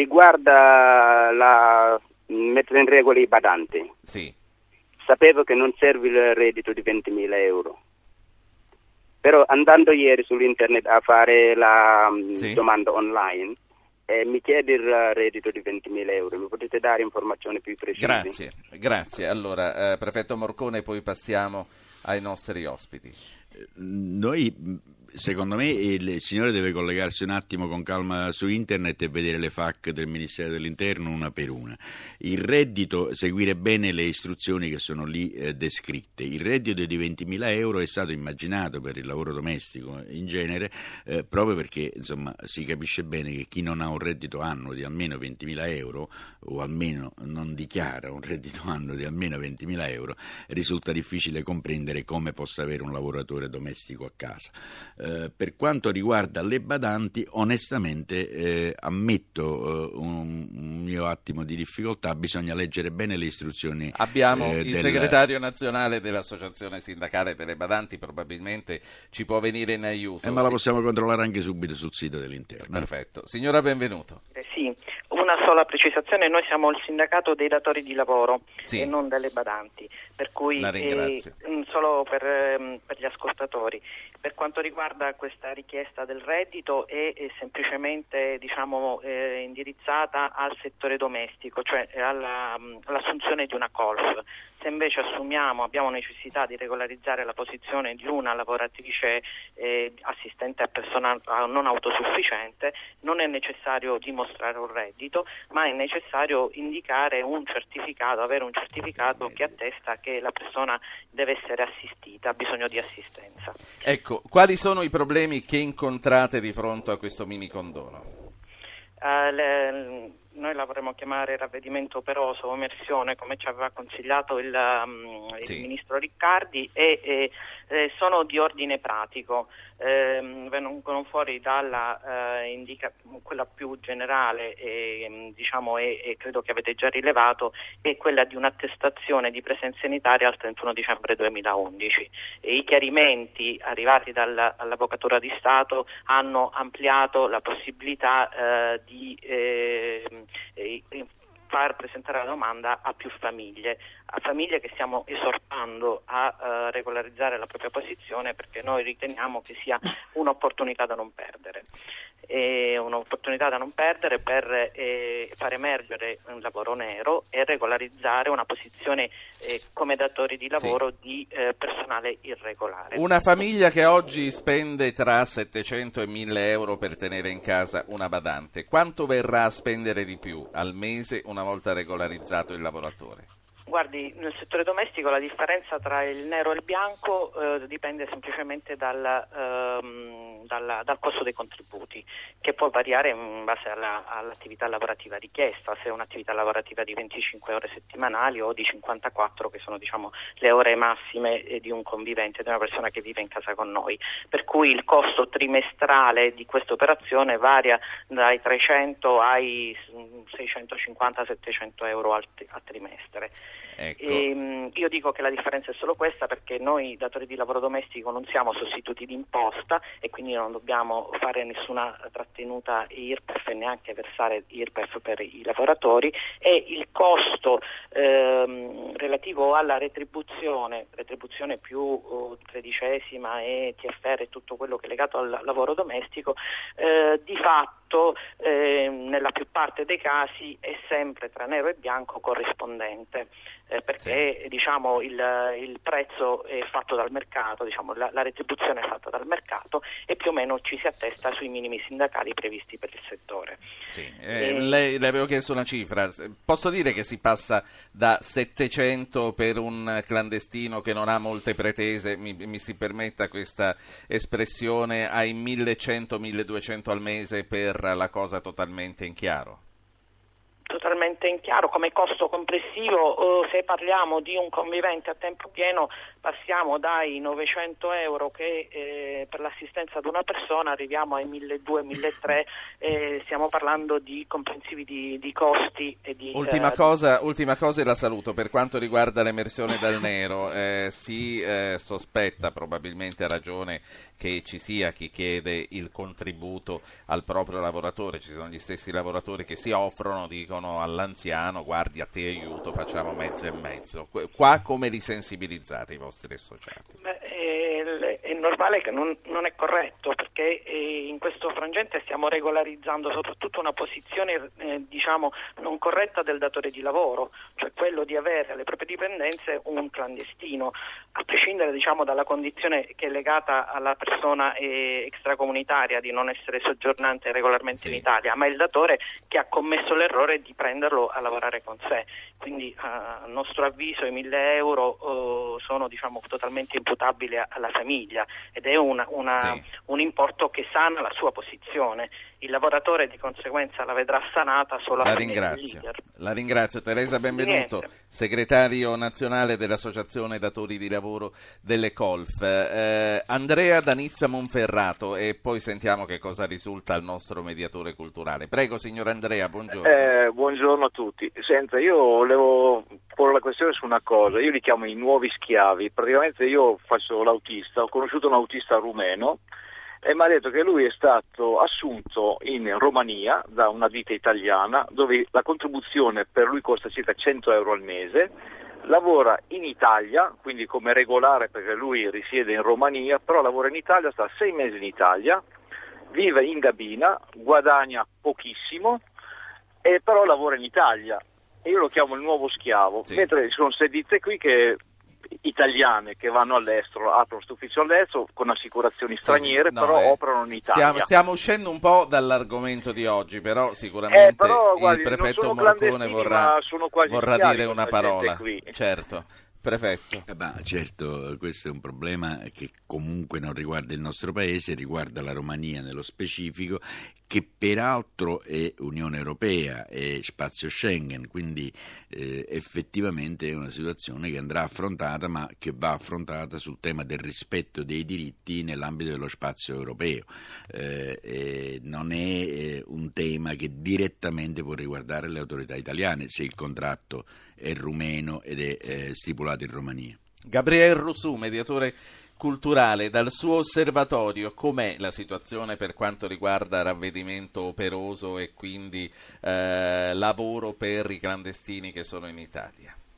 riguarda la mettere in regola i badanti. Sì. Sapevo che non serve il reddito di ventimila euro. Però andando ieri sull'internet a fare la sì. domanda online, Eh, mi chiede il reddito di ventimila euro, mi potete dare informazioni più precise? Grazie, grazie. Allora, eh, prefetto Morcone, poi passiamo ai nostri ospiti. Noi, secondo me, il signore deve collegarsi un attimo con calma su internet e vedere le F A Q del Ministero dell'Interno una per una. Il reddito, seguire bene le istruzioni che sono lì eh, descritte. Il reddito di ventimila euro è stato immaginato per il lavoro domestico in genere eh, proprio perché insomma si capisce bene che chi non ha un reddito annuo di almeno ventimila euro o almeno non dichiara un reddito annuo di almeno ventimila euro risulta difficile comprendere come possa avere un lavoratore domestico a casa. Eh, per quanto riguarda le badanti, onestamente eh, ammetto eh, un, un mio attimo di difficoltà, bisogna leggere bene le istruzioni. Abbiamo eh, il del... segretario nazionale dell'Associazione Sindacale delle Badanti, probabilmente ci può venire in aiuto. Eh, ma la sì. possiamo controllare anche subito sul sito dell'Interno. Perfetto. Signora Benvenuto. Eh, sì, una sola precisazione, noi siamo il sindacato dei datori di lavoro sì. e non delle badanti, per cui la ringrazio. Eh, solo per, per gli ascoltatori. Per quanto riguarda questa richiesta del reddito è, è semplicemente diciamo, eh, indirizzata al settore domestico, cioè alla, all'assunzione di una colf. Se invece assumiamo, abbiamo necessità di regolarizzare la posizione di una lavoratrice eh, assistente a persona non autosufficiente, non è necessario dimostrare un reddito, ma è necessario indicare un certificato, avere un certificato che attesta che la persona deve essere assistita, ha bisogno di assistenza. Ecco, quali sono i problemi che incontrate di fronte a questo mini condono? Uh, le, noi la vorremmo chiamare ravvedimento operoso o emersione, come ci aveva consigliato il, um, il sì. ministro Riccardi, e, e eh, sono di ordine pratico. Eh, vengono fuori dalla eh, indica, quella più generale e, diciamo, e, e credo che avete già rilevato, è quella di un'attestazione di presenza in Italia al trentuno dicembre duemilaundici. E i chiarimenti arrivati dall'Avvocatura di Stato hanno ampliato la possibilità eh, di eh, eh, far presentare la domanda a più famiglie, a famiglie che stiamo esortando a uh, regolarizzare la propria posizione, perché noi riteniamo che sia un'opportunità da non perdere. è un'opportunità da non perdere per eh, far emergere un lavoro nero e regolarizzare una posizione eh, come datori di lavoro sì. di eh, personale irregolare. Una famiglia che oggi spende tra settecento e mille euro per tenere in casa una badante, quanto verrà a spendere di più al mese una volta regolarizzato il lavoratore? Guardi, nel settore domestico la differenza tra il nero e il bianco eh, dipende semplicemente dal, ehm, dal, dal costo dei contributi, che può variare in base alla, all'attività lavorativa richiesta, se è un'attività lavorativa di venticinque ore settimanali o di cinquantaquattro, che sono diciamo le ore massime eh, di un convivente, di una persona che vive in casa con noi. Per cui il costo trimestrale di questa operazione varia dai trecento ai seicentocinquanta settecento euro al, a trimestre. Ecco. E, io dico che la differenza è solo questa, perché noi datori di lavoro domestico non siamo sostituti d'imposta e quindi non dobbiamo fare nessuna trattenuta I R P E F e neanche versare I R P E F per i lavoratori, e il costo ehm, relativo alla retribuzione, retribuzione più oh, tredicesima e T F R e tutto quello che è legato al lavoro domestico, eh, di fatto eh, nella più parte dei casi è sempre tra nero e bianco corrispondente. Eh, perché sì. diciamo il, il prezzo è fatto dal mercato, diciamo la, la retribuzione è fatta dal mercato e più o meno ci si attesta sui minimi sindacali previsti per il settore. Sì. Eh, e... lei, le avevo chiesto una cifra, posso dire che si passa da settecento per un clandestino che non ha molte pretese, mi, mi si permetta questa espressione, ai millecento milleduecento al mese per la cosa totalmente in chiaro? Totalmente in chiaro. Come costo complessivo, eh, se parliamo di un convivente a tempo pieno, passiamo dai novecento euro che eh, per l'assistenza ad una persona arriviamo ai milleduecento milletrecento, eh, stiamo parlando di comprensivi di, di costi e di... Ultima, eh, cosa, ultima cosa e la saluto. Per quanto riguarda l'emersione dal nero, eh, si eh, sospetta, probabilmente a ragione, che ci sia chi chiede il contributo al proprio lavoratore. Ci sono gli stessi lavoratori che si offrono, dicono all'anziano: guardi, a te aiuto, facciamo mezzo e mezzo. Qua come li sensibilizzate i vostri associati? Beh, è, è normale che non, non è corretto, perché eh, in questo frangente stiamo regolarizzando soprattutto una posizione eh, diciamo non corretta del datore di lavoro, cioè quello di avere alle proprie dipendenze un clandestino, a prescindere diciamo dalla condizione che è legata alla persona eh, extracomunitaria di non essere soggiornante regolarmente sì. in Italia, ma il datore che ha commesso l'errore di prenderlo a lavorare con sé. Quindi a nostro avviso i mille euro uh, sono diciamo totalmente imputabili alla famiglia ed è una, una, sì. un importo che sana la sua posizione. Il lavoratore di conseguenza la vedrà sanata solo la a ringrazio. La ringrazio. Teresa Benvenuto, Niente. segretario nazionale dell'Associazione Datori di Lavoro delle Colf. Eh, Andrea da Nizza Monferrato, e poi sentiamo che cosa risulta al nostro mediatore culturale. Prego, signor Andrea, buongiorno. Eh, buongiorno a tutti. Senta, io volevo porre la questione su una cosa. Io li chiamo i nuovi schiavi. Praticamente io faccio l'autista, ho conosciuto un autista rumeno e mi ha detto che lui è stato assunto in Romania da una ditta italiana dove la contribuzione per lui costa circa cento euro al mese, lavora in Italia, quindi come regolare perché lui risiede in Romania, però lavora in Italia, sta sei mesi in Italia, vive in cabina, guadagna pochissimo e però lavora in Italia. E io lo chiamo il nuovo schiavo, sì. mentre ci sono sei ditte qui che italiane che vanno all'estero, aprono questo ufficio all'estero con assicurazioni straniere, sì, no, però eh, operano in Italia. Stiamo, stiamo uscendo un po' dall'argomento di oggi, però sicuramente eh, però, guardi, il prefetto Morcone vorrà, vorrà dire una parola. Qui. Certo. Prefetto. Eh beh, certo, questo è un problema che comunque non riguarda il nostro paese, riguarda la Romania nello specifico, che peraltro è Unione Europea, è spazio Schengen, quindi eh, effettivamente è una situazione che andrà affrontata, ma che va affrontata sul tema del rispetto dei diritti nell'ambito dello spazio europeo. Eh, eh, non è eh, un tema che direttamente può riguardare le autorità italiane, se il contratto è rumeno ed è eh, stipulato in Romania. Gabriele Rousseau, mediatore culturale, dal suo osservatorio com'è la situazione per quanto riguarda ravvedimento operoso e quindi eh, lavoro per i clandestini che sono in Italia?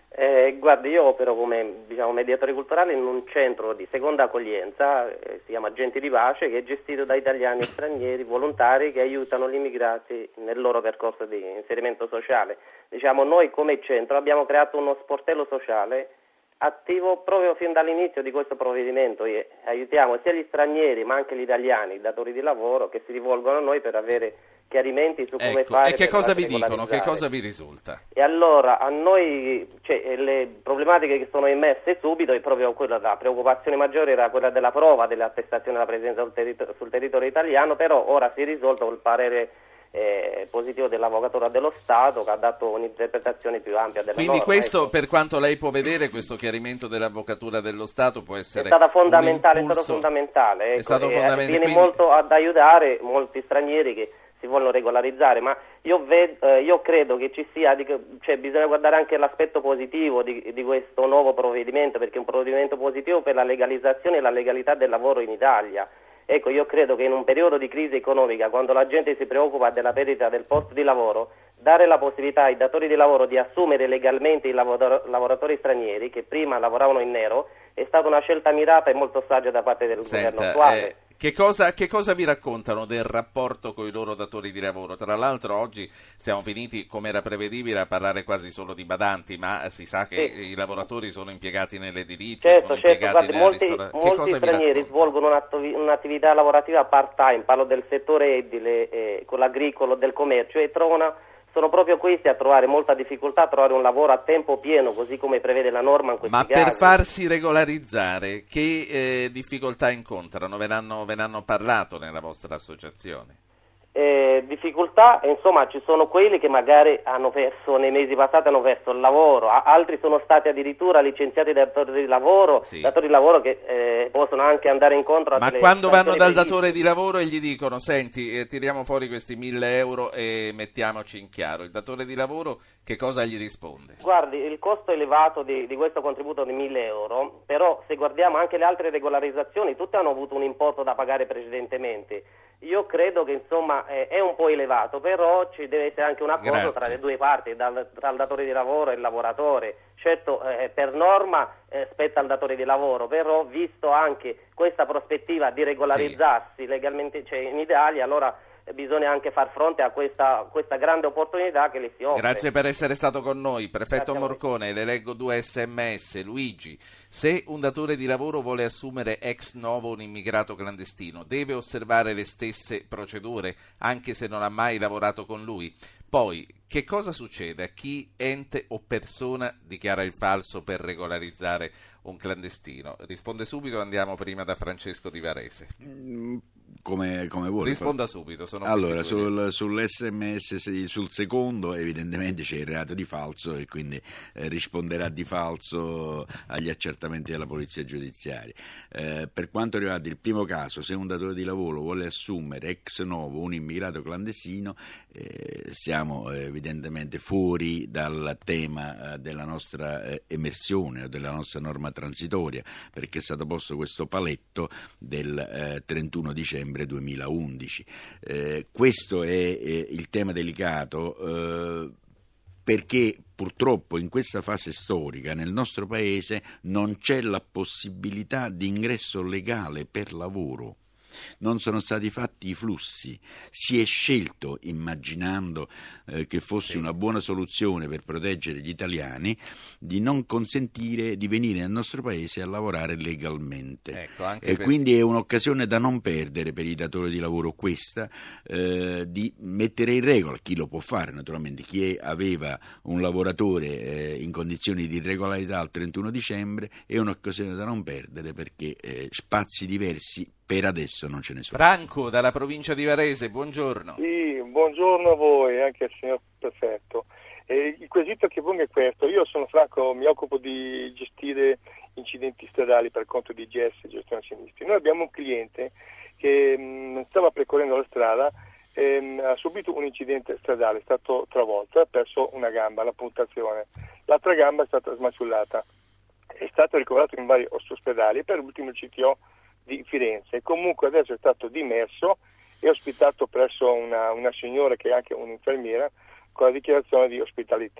Eh, guardi, io opero come diciamo, mediatore culturale in un centro di seconda accoglienza, eh, si chiama Genti di Pace, che è gestito da italiani e stranieri volontari che aiutano gli immigrati nel loro percorso di inserimento sociale. Diciamo, noi come centro abbiamo creato uno sportello sociale attivo proprio fin dall'inizio di questo provvedimento e aiutiamo sia gli stranieri ma anche gli italiani, i datori di lavoro che si rivolgono a noi per avere chiarimenti su come ecco, fare. E che cosa vi dicono? Che cosa vi risulta? E allora a noi cioè, le problematiche che sono emerse subito è proprio quella, la preoccupazione maggiore era quella della prova dell'attestazione della presenza sul, territorio, sul territorio italiano, però ora si è risolto col parere Eh, positivo dell'Avvocatura dello Stato che ha dato un'interpretazione più ampia della Quindi norma. questo, ecco. per quanto lei può vedere, questo chiarimento dell'Avvocatura dello Stato può essere è stata fondamentale, impulso... è stato fondamentale, ecco, è stato fondamentale viene quindi... molto ad aiutare molti stranieri che si vogliono regolarizzare, ma io, ved, eh, io credo che ci sia, di, cioè bisogna guardare anche l'aspetto positivo di, di questo nuovo provvedimento, perché è un provvedimento positivo per la legalizzazione e la legalità del lavoro in Italia. Ecco, io credo che in un periodo di crisi economica, quando la gente si preoccupa della perdita del posto di lavoro, dare la possibilità ai datori di lavoro di assumere legalmente i lavoro- lavoratori stranieri che prima lavoravano in nero è stata una scelta mirata e molto saggia da parte del Senta, governo attuale. Eh... Che cosa, che cosa vi raccontano del rapporto con i loro datori di lavoro? Tra l'altro oggi siamo finiti, come era prevedibile, a parlare quasi solo di badanti, ma si sa che sì. i lavoratori sono impiegati nell'edilizia, Certo, sono certo, impiegati guardi, nella molti, ristorazione. molti stranieri svolgono un'attivi- un'attività lavorativa part-time, parlo del settore edile, eh, con l'agricolo, del commercio, e trovano sono proprio questi a trovare molta difficoltà a trovare un lavoro a tempo pieno, così come prevede la norma in questi Ma casi. per farsi regolarizzare, che eh, difficoltà incontrano? Ve l'hanno, ve l'hanno parlato nella vostra associazione? Eh, difficoltà, insomma, ci sono quelli che magari hanno perso, nei mesi passati hanno perso il lavoro, a- altri sono stati addirittura licenziati da datori di lavoro, Sì. datori di lavoro che eh, possono anche andare incontro a Ma delle quando vanno sanzioni dal previste. datore di lavoro e gli dicono: senti, eh, tiriamo fuori questi mille euro e mettiamoci in chiaro, il datore di lavoro che cosa gli risponde? Guardi, il costo elevato di, di questo contributo di mille euro, però se guardiamo anche le altre regolarizzazioni, tutte hanno avuto un importo da pagare precedentemente. Io credo che insomma eh, è un po' elevato, però ci deve essere anche un accordo Grazie. tra le due parti, dal, tra il datore di lavoro e il lavoratore. Certo, eh, per norma eh, spetta al datore di lavoro, però visto anche questa prospettiva di regolarizzarsi sì. legalmente, cioè in Italia, allora bisogna anche far fronte a questa, questa grande opportunità che le si offre. Grazie per essere stato con noi. Prefetto Grazie Morcone, le leggo due sms. Luigi: se un datore di lavoro vuole assumere ex novo un immigrato clandestino, deve osservare le stesse procedure, anche se non ha mai lavorato con lui? Poi, che cosa succede a chi, ente o persona, dichiara il falso per regolarizzare un clandestino? Risponde subito, andiamo prima da Francesco di Varese. Mm. Come, come vuole. Risponda subito. Sono allora, sul, sull'sms, sul secondo, evidentemente c'è il reato di falso e quindi eh, risponderà di falso agli accertamenti della polizia giudiziaria. Eh, per quanto riguarda il primo caso, se un datore di lavoro vuole assumere ex novo un immigrato clandestino, eh, siamo eh, evidentemente fuori dal tema eh, della nostra eh, emersione o della nostra norma transitoria, perché è stato posto questo paletto del eh, trentuno dicembre duemilaundici. Eh, questo è eh, il tema delicato eh, perché purtroppo in questa fase storica nel nostro paese non c'è la possibilità di ingresso legale per lavoro. Non sono stati fatti i flussi, si è scelto, immaginando eh, che fosse sì. una buona soluzione per proteggere gli italiani, di non consentire di venire nel nostro paese a lavorare legalmente. Ecco, anche e per... quindi è un'occasione da non perdere per i datori di lavoro questa, eh, di mettere in regola, chi lo può fare naturalmente, chi aveva un lavoratore eh, in condizioni di irregolarità al trentuno dicembre, è un'occasione da non perdere perché eh, spazi diversi per adesso non ce ne sono. Franco, dalla provincia di Varese, buongiorno. Sì, buongiorno a voi e anche al signor Prefetto. Eh, il quesito che pongo è questo: io sono Franco, mi occupo di gestire incidenti stradali per conto di G S, gestione sinistri. Noi abbiamo un cliente che mh, stava percorrendo la strada, ehm, ha subito un incidente stradale, è stato travolto, ha perso una gamba, la puntazione. L'altra gamba è stata smaciullata, è stato ricoverato in vari ospedali, per l'ultimo il C T O di Firenze. Comunque adesso è stato dimesso e ospitato presso una, una signora che è anche un'infermiera con la dichiarazione di ospitalità.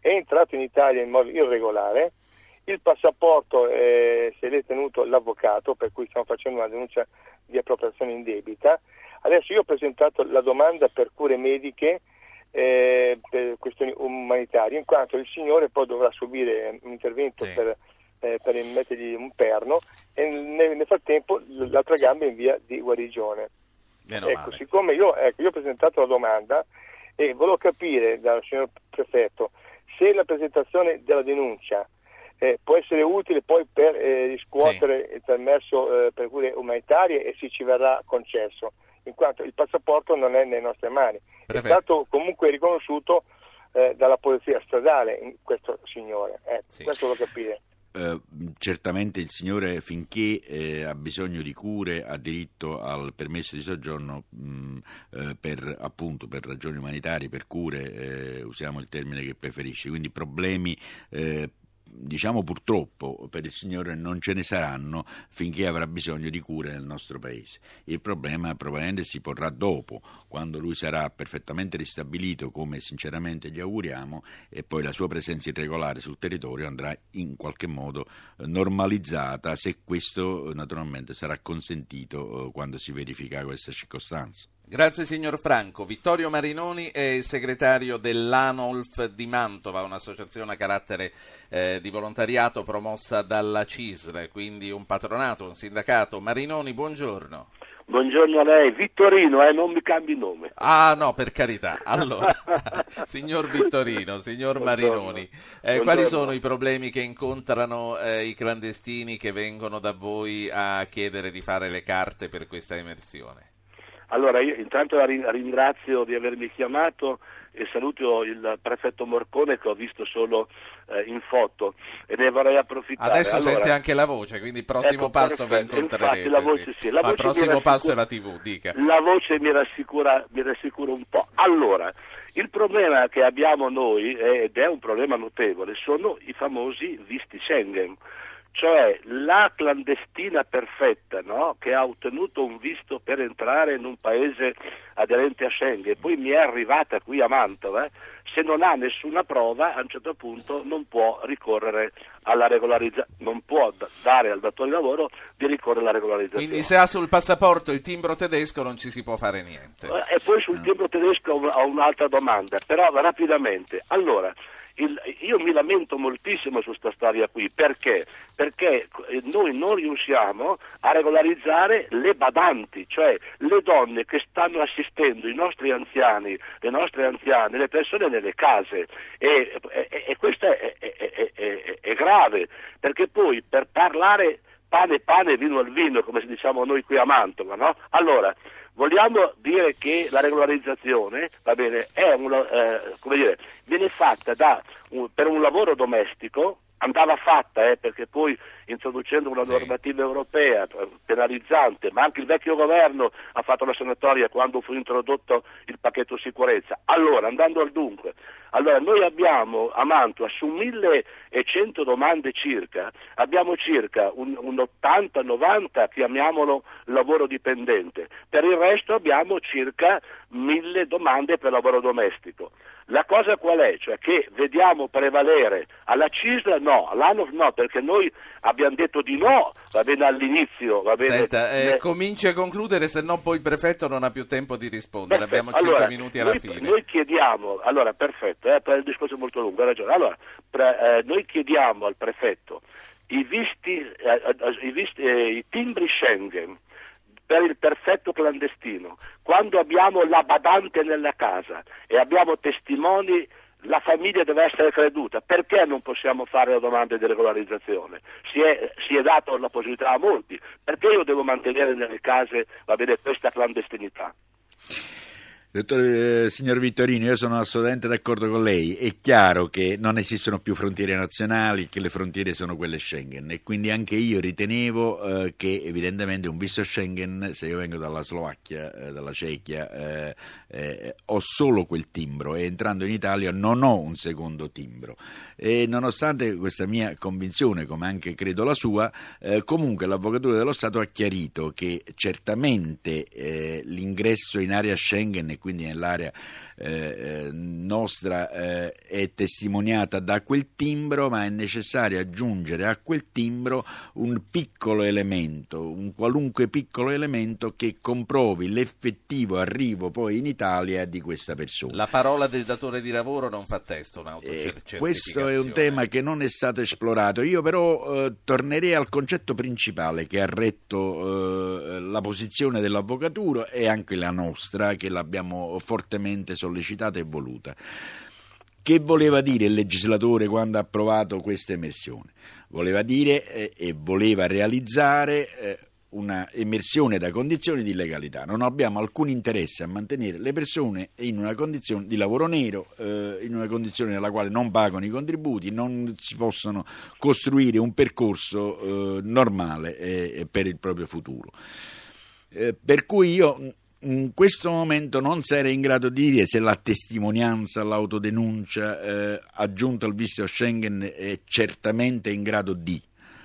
è entrato in Italia in modo irregolare, il passaporto eh, si è detenuto l'avvocato, per cui stiamo facendo una denuncia di appropriazione indebita. Adesso io ho presentato la domanda per cure mediche eh, per questioni umanitarie, in quanto il signore poi dovrà subire un intervento sì. per, eh, per mettergli un perno e nel, nel frattempo l'altra gamba è in via di guarigione. Meno ecco, male. siccome io, ecco, io ho presentato la domanda e volevo capire dal signor prefetto se la presentazione della denuncia Eh, può essere utile poi per eh, riscuotere sì. il permesso eh, per cure umanitarie e se ci verrà concesso, in quanto il passaporto non è nelle nostre mani. Perfetto. È stato comunque riconosciuto eh, dalla polizia stradale in questo signore, eh, sì. questo lo capire. Uh, certamente il signore, finché eh, ha bisogno di cure, ha diritto al permesso di soggiorno mh, eh, per appunto per ragioni umanitarie, per cure, eh, usiamo il termine che preferisce, quindi problemi eh, diciamo purtroppo per il signore non ce ne saranno finché avrà bisogno di cure nel nostro paese. Il problema probabilmente si porrà dopo, quando lui sarà perfettamente ristabilito, come sinceramente gli auguriamo, e poi la sua presenza irregolare sul territorio andrà in qualche modo normalizzata, se questo naturalmente sarà consentito quando si verifica questa circostanza. Grazie signor Franco. Vittorio Marinoni è il segretario dell'Anolf di Mantova, un'associazione a carattere eh, di volontariato promossa dalla C I S L, quindi un patronato, un sindacato. Marinoni, buongiorno. Buongiorno a lei, Vittorino, eh, non mi cambi nome. Ah no, per carità. Allora, signor Vittorino, signor Marinoni, eh, quali sono i problemi che incontrano eh, i clandestini che vengono da voi a chiedere di fare le carte per questa emersione? Allora, io intanto la ringrazio di avermi chiamato e saluto il prefetto Morcone, che ho visto solo eh, in foto, e ne vorrei approfittare. Adesso allora, sente anche la voce, quindi il prossimo ecco, passo vi incontrerete. Infatti, la voce, sì. Sì. La Ma voce il prossimo passo è la rassicura... tivù, dica. La voce mi rassicura, mi rassicura un po'. Allora, il problema che abbiamo noi, ed è un problema notevole, sono i famosi visti Schengen. Cioè la clandestina perfetta, no? Che ha ottenuto un visto per entrare in un paese aderente a Schengen e poi mi è arrivata qui a Mantova, se non ha nessuna prova a un certo punto non può ricorrere alla regolarizzazione, non può dare al datore di lavoro di ricorrere alla regolarizzazione. Quindi se ha sul passaporto il timbro tedesco non ci si può fare niente. E poi sul timbro tedesco ho un'altra domanda, però rapidamente. Allora, Il, io mi lamento moltissimo su questa storia qui, perché? Perché noi non riusciamo a regolarizzare le badanti, cioè le donne che stanno assistendo i nostri anziani, le nostre anziane, le persone nelle case, e, e, e questo è, è, è, è, è grave, perché poi per parlare pane pane, vino al vino, come diciamo noi qui a Mantova, no? Allora, vogliamo dire che la regolarizzazione, va bene, è una, eh, come dire, viene fatta da un, per un lavoro domestico, andava fatta, eh, perché poi introducendo una normativa sì. europea penalizzante, ma anche il vecchio governo ha fatto la sanatoria quando fu introdotto il pacchetto sicurezza. Allora, andando al dunque, allora noi abbiamo a Mantova su millecento domande circa, abbiamo circa un, un ottanta novanta, chiamiamolo lavoro dipendente, per il resto abbiamo circa mille domande per lavoro domestico. La cosa qual è? Cioè che vediamo prevalere alla C I S L no, all'A N O F no, perché noi abbiamo detto di no, va bene all'inizio, va bene. Senta, eh, ne... cominci a concludere, se no poi il prefetto non ha più tempo di rispondere. Perfetto. Abbiamo cinque allora, minuti alla noi, fine. Noi chiediamo, allora perfetto, eh, il discorso è molto lungo, hai ragione. Allora, pre, eh, noi chiediamo al prefetto i visti, eh, i, visti eh, i timbri Schengen per il perfetto clandestino, quando abbiamo la badante nella casa e abbiamo testimoni, la famiglia deve essere creduta. Perché non possiamo fare la domanda di regolarizzazione? Si è, si è dato la possibilità a molti, perché io devo mantenere nelle case, va bene, questa clandestinità? Dottor, eh, signor Vittorino, io sono assolutamente d'accordo con lei. È chiaro che non esistono più frontiere nazionali, che le frontiere sono quelle Schengen, e quindi anche io ritenevo eh, che evidentemente un visto Schengen, se io vengo dalla Slovacchia, eh, dalla Cechia, eh, eh, ho solo quel timbro, e entrando in Italia non ho un secondo timbro. E nonostante questa mia convinzione, come anche credo la sua, eh, comunque l'Avvocatura dello Stato ha chiarito che certamente eh, l'ingresso in area Schengen, e quindi nell'area eh, nostra eh, è testimoniata da quel timbro, ma è necessario aggiungere a quel timbro un piccolo elemento, un qualunque piccolo elemento che comprovi l'effettivo arrivo poi in Italia di questa persona. La parola del datore di lavoro non fa testo un'autocertificazione. Eh, questo è un tema che non è stato esplorato. Io però eh, tornerei al concetto principale che ha retto eh, la posizione dell'avvocatura e anche la nostra, che l'abbiamo fortemente sollecitata e voluta. Che voleva dire il legislatore quando ha approvato questa emersione? Voleva dire eh, e voleva realizzare eh, una emersione da condizioni di illegalità. Non abbiamo alcun interesse a mantenere le persone in una condizione di lavoro nero, eh, in una condizione nella quale non pagano i contributi, non si possono costruire un percorso eh, normale eh, per il proprio futuro. Eh, per cui io in questo momento non sarei in grado di dire se la testimonianza, l'autodenuncia eh, aggiunta al visto Schengen è certamente in grado di,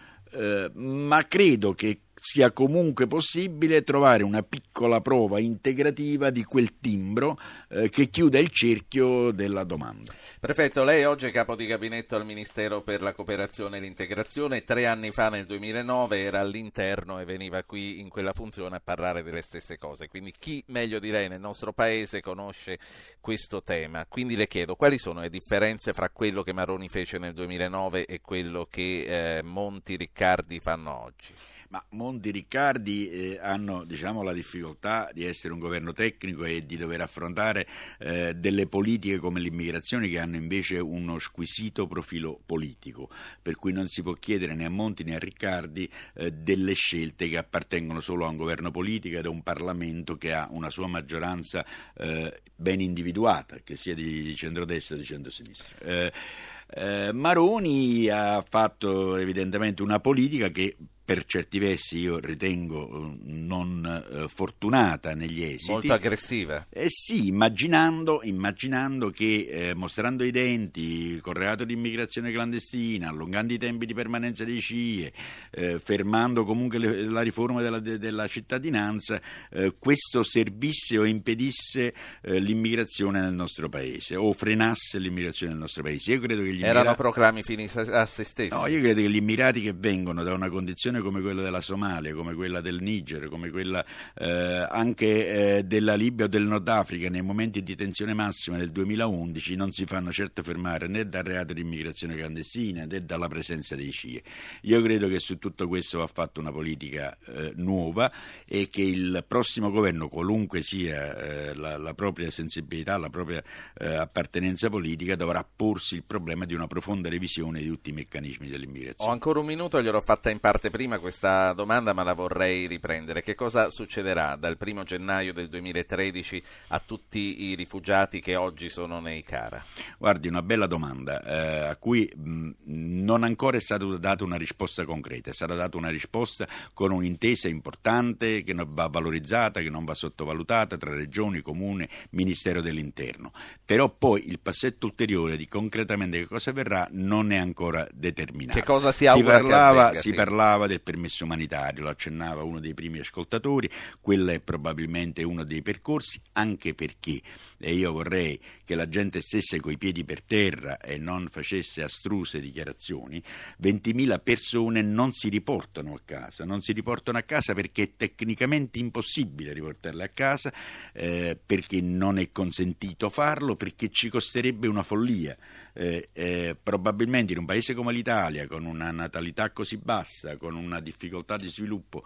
eh, ma credo che sia comunque possibile trovare una piccola prova integrativa di quel timbro eh, che chiuda il cerchio della domanda. Prefetto, lei oggi è capo di gabinetto al Ministero per la Cooperazione e l'Integrazione. Tre anni fa, nel duemilanove, era all'interno e veniva qui in quella funzione a parlare delle stesse cose. Quindi chi meglio di lei nel nostro Paese conosce questo tema? Quindi le chiedo, quali sono le differenze fra quello che Maroni fece nel duemilanove e quello che eh, Monti, Riccardi fanno oggi? Ma Monti, Riccardi eh, hanno, diciamo, la difficoltà di essere un governo tecnico e di dover affrontare eh, delle politiche come l'immigrazione che hanno invece uno squisito profilo politico, per cui non si può chiedere né a Monti né a Riccardi eh, delle scelte che appartengono solo a un governo politico ed a un Parlamento che ha una sua maggioranza eh, ben individuata, che sia di centrodestra o di centrosinistra. Eh, eh, Maroni ha fatto evidentemente una politica che per certi versi io ritengo non eh, fortunata negli esiti. Molto aggressiva. Eh sì, immaginando, immaginando che eh, mostrando i denti col reato di immigrazione clandestina, allungando i tempi di permanenza dei C I E, eh, fermando comunque le, la riforma della, de, della cittadinanza, eh, questo servisse o impedisse eh, l'immigrazione nel nostro paese o frenasse l'immigrazione nel nostro paese. Io credo che gli Erano immigrati... proclami fini a se stessi. No, io credo che gli immigrati che vengono da una condizione come quella della Somalia, come quella del Niger, come quella eh, anche eh, della Libia o del Nord Africa nei momenti di tensione massima del duemilaundici non si fanno certo fermare né dal reato di immigrazione clandestina né dalla presenza dei C I E. Io credo che su tutto questo va fatta una politica eh, nuova e che il prossimo governo, qualunque sia eh, la, la propria sensibilità, la propria eh, appartenenza politica, dovrà porsi il problema di una profonda revisione di tutti i meccanismi dell'immigrazione. Ho ancora un minuto, gliel'ho fatta in parte prima questa domanda, ma la vorrei riprendere. Che cosa succederà dal primo gennaio del duemilatredici a tutti i rifugiati che oggi sono nei CARA? Guardi, una bella domanda eh, a cui mh, non ancora è stata data una risposta concreta. È stata data una risposta con un'intesa importante che non va valorizzata, che non va sottovalutata tra regioni, comune, Ministero dell'Interno. Però poi il passetto ulteriore di concretamente che cosa avverrà non è ancora determinato. Che cosa si augura si parlava, che avvenga, si sì. parlava del permesso umanitario, lo accennava uno dei primi ascoltatori, quello è probabilmente uno dei percorsi, anche perché e io vorrei che la gente stesse coi piedi per terra e non facesse astruse dichiarazioni. ventimila persone non si riportano a casa, non si riportano a casa perché è tecnicamente impossibile riportarle a casa, eh, perché non è consentito farlo, perché ci costerebbe una follia. Eh, eh, probabilmente in un paese come l'Italia, con una natalità così bassa, con una difficoltà di sviluppo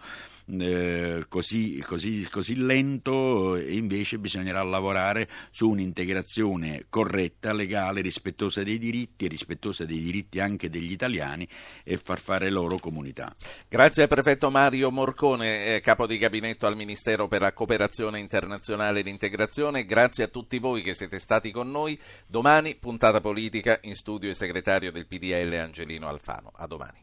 eh, così, così, così lento, e invece bisognerà lavorare su un'integrazione corretta, legale, rispettosa dei diritti e rispettosa dei diritti anche degli italiani e far fare loro comunità. Grazie al prefetto Mario Morcone, eh, capo di gabinetto al Ministero per la Cooperazione Internazionale e l'Integrazione. Grazie a tutti voi che siete stati con noi. Domani puntata politica, in studio il segretario del P D L Angelino Alfano. A domani.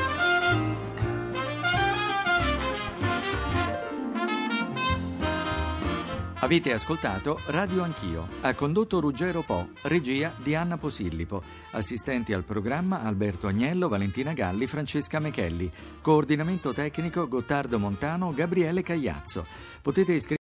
Avete ascoltato Radio Anch'io. Ha condotto Ruggero Po, regia di Anna Posillipo. Assistenti al programma Alberto Agnello, Valentina Galli, Francesca Mechelli. Coordinamento tecnico Gottardo Montano, Gabriele Cagliazzo. Potete iscrivervi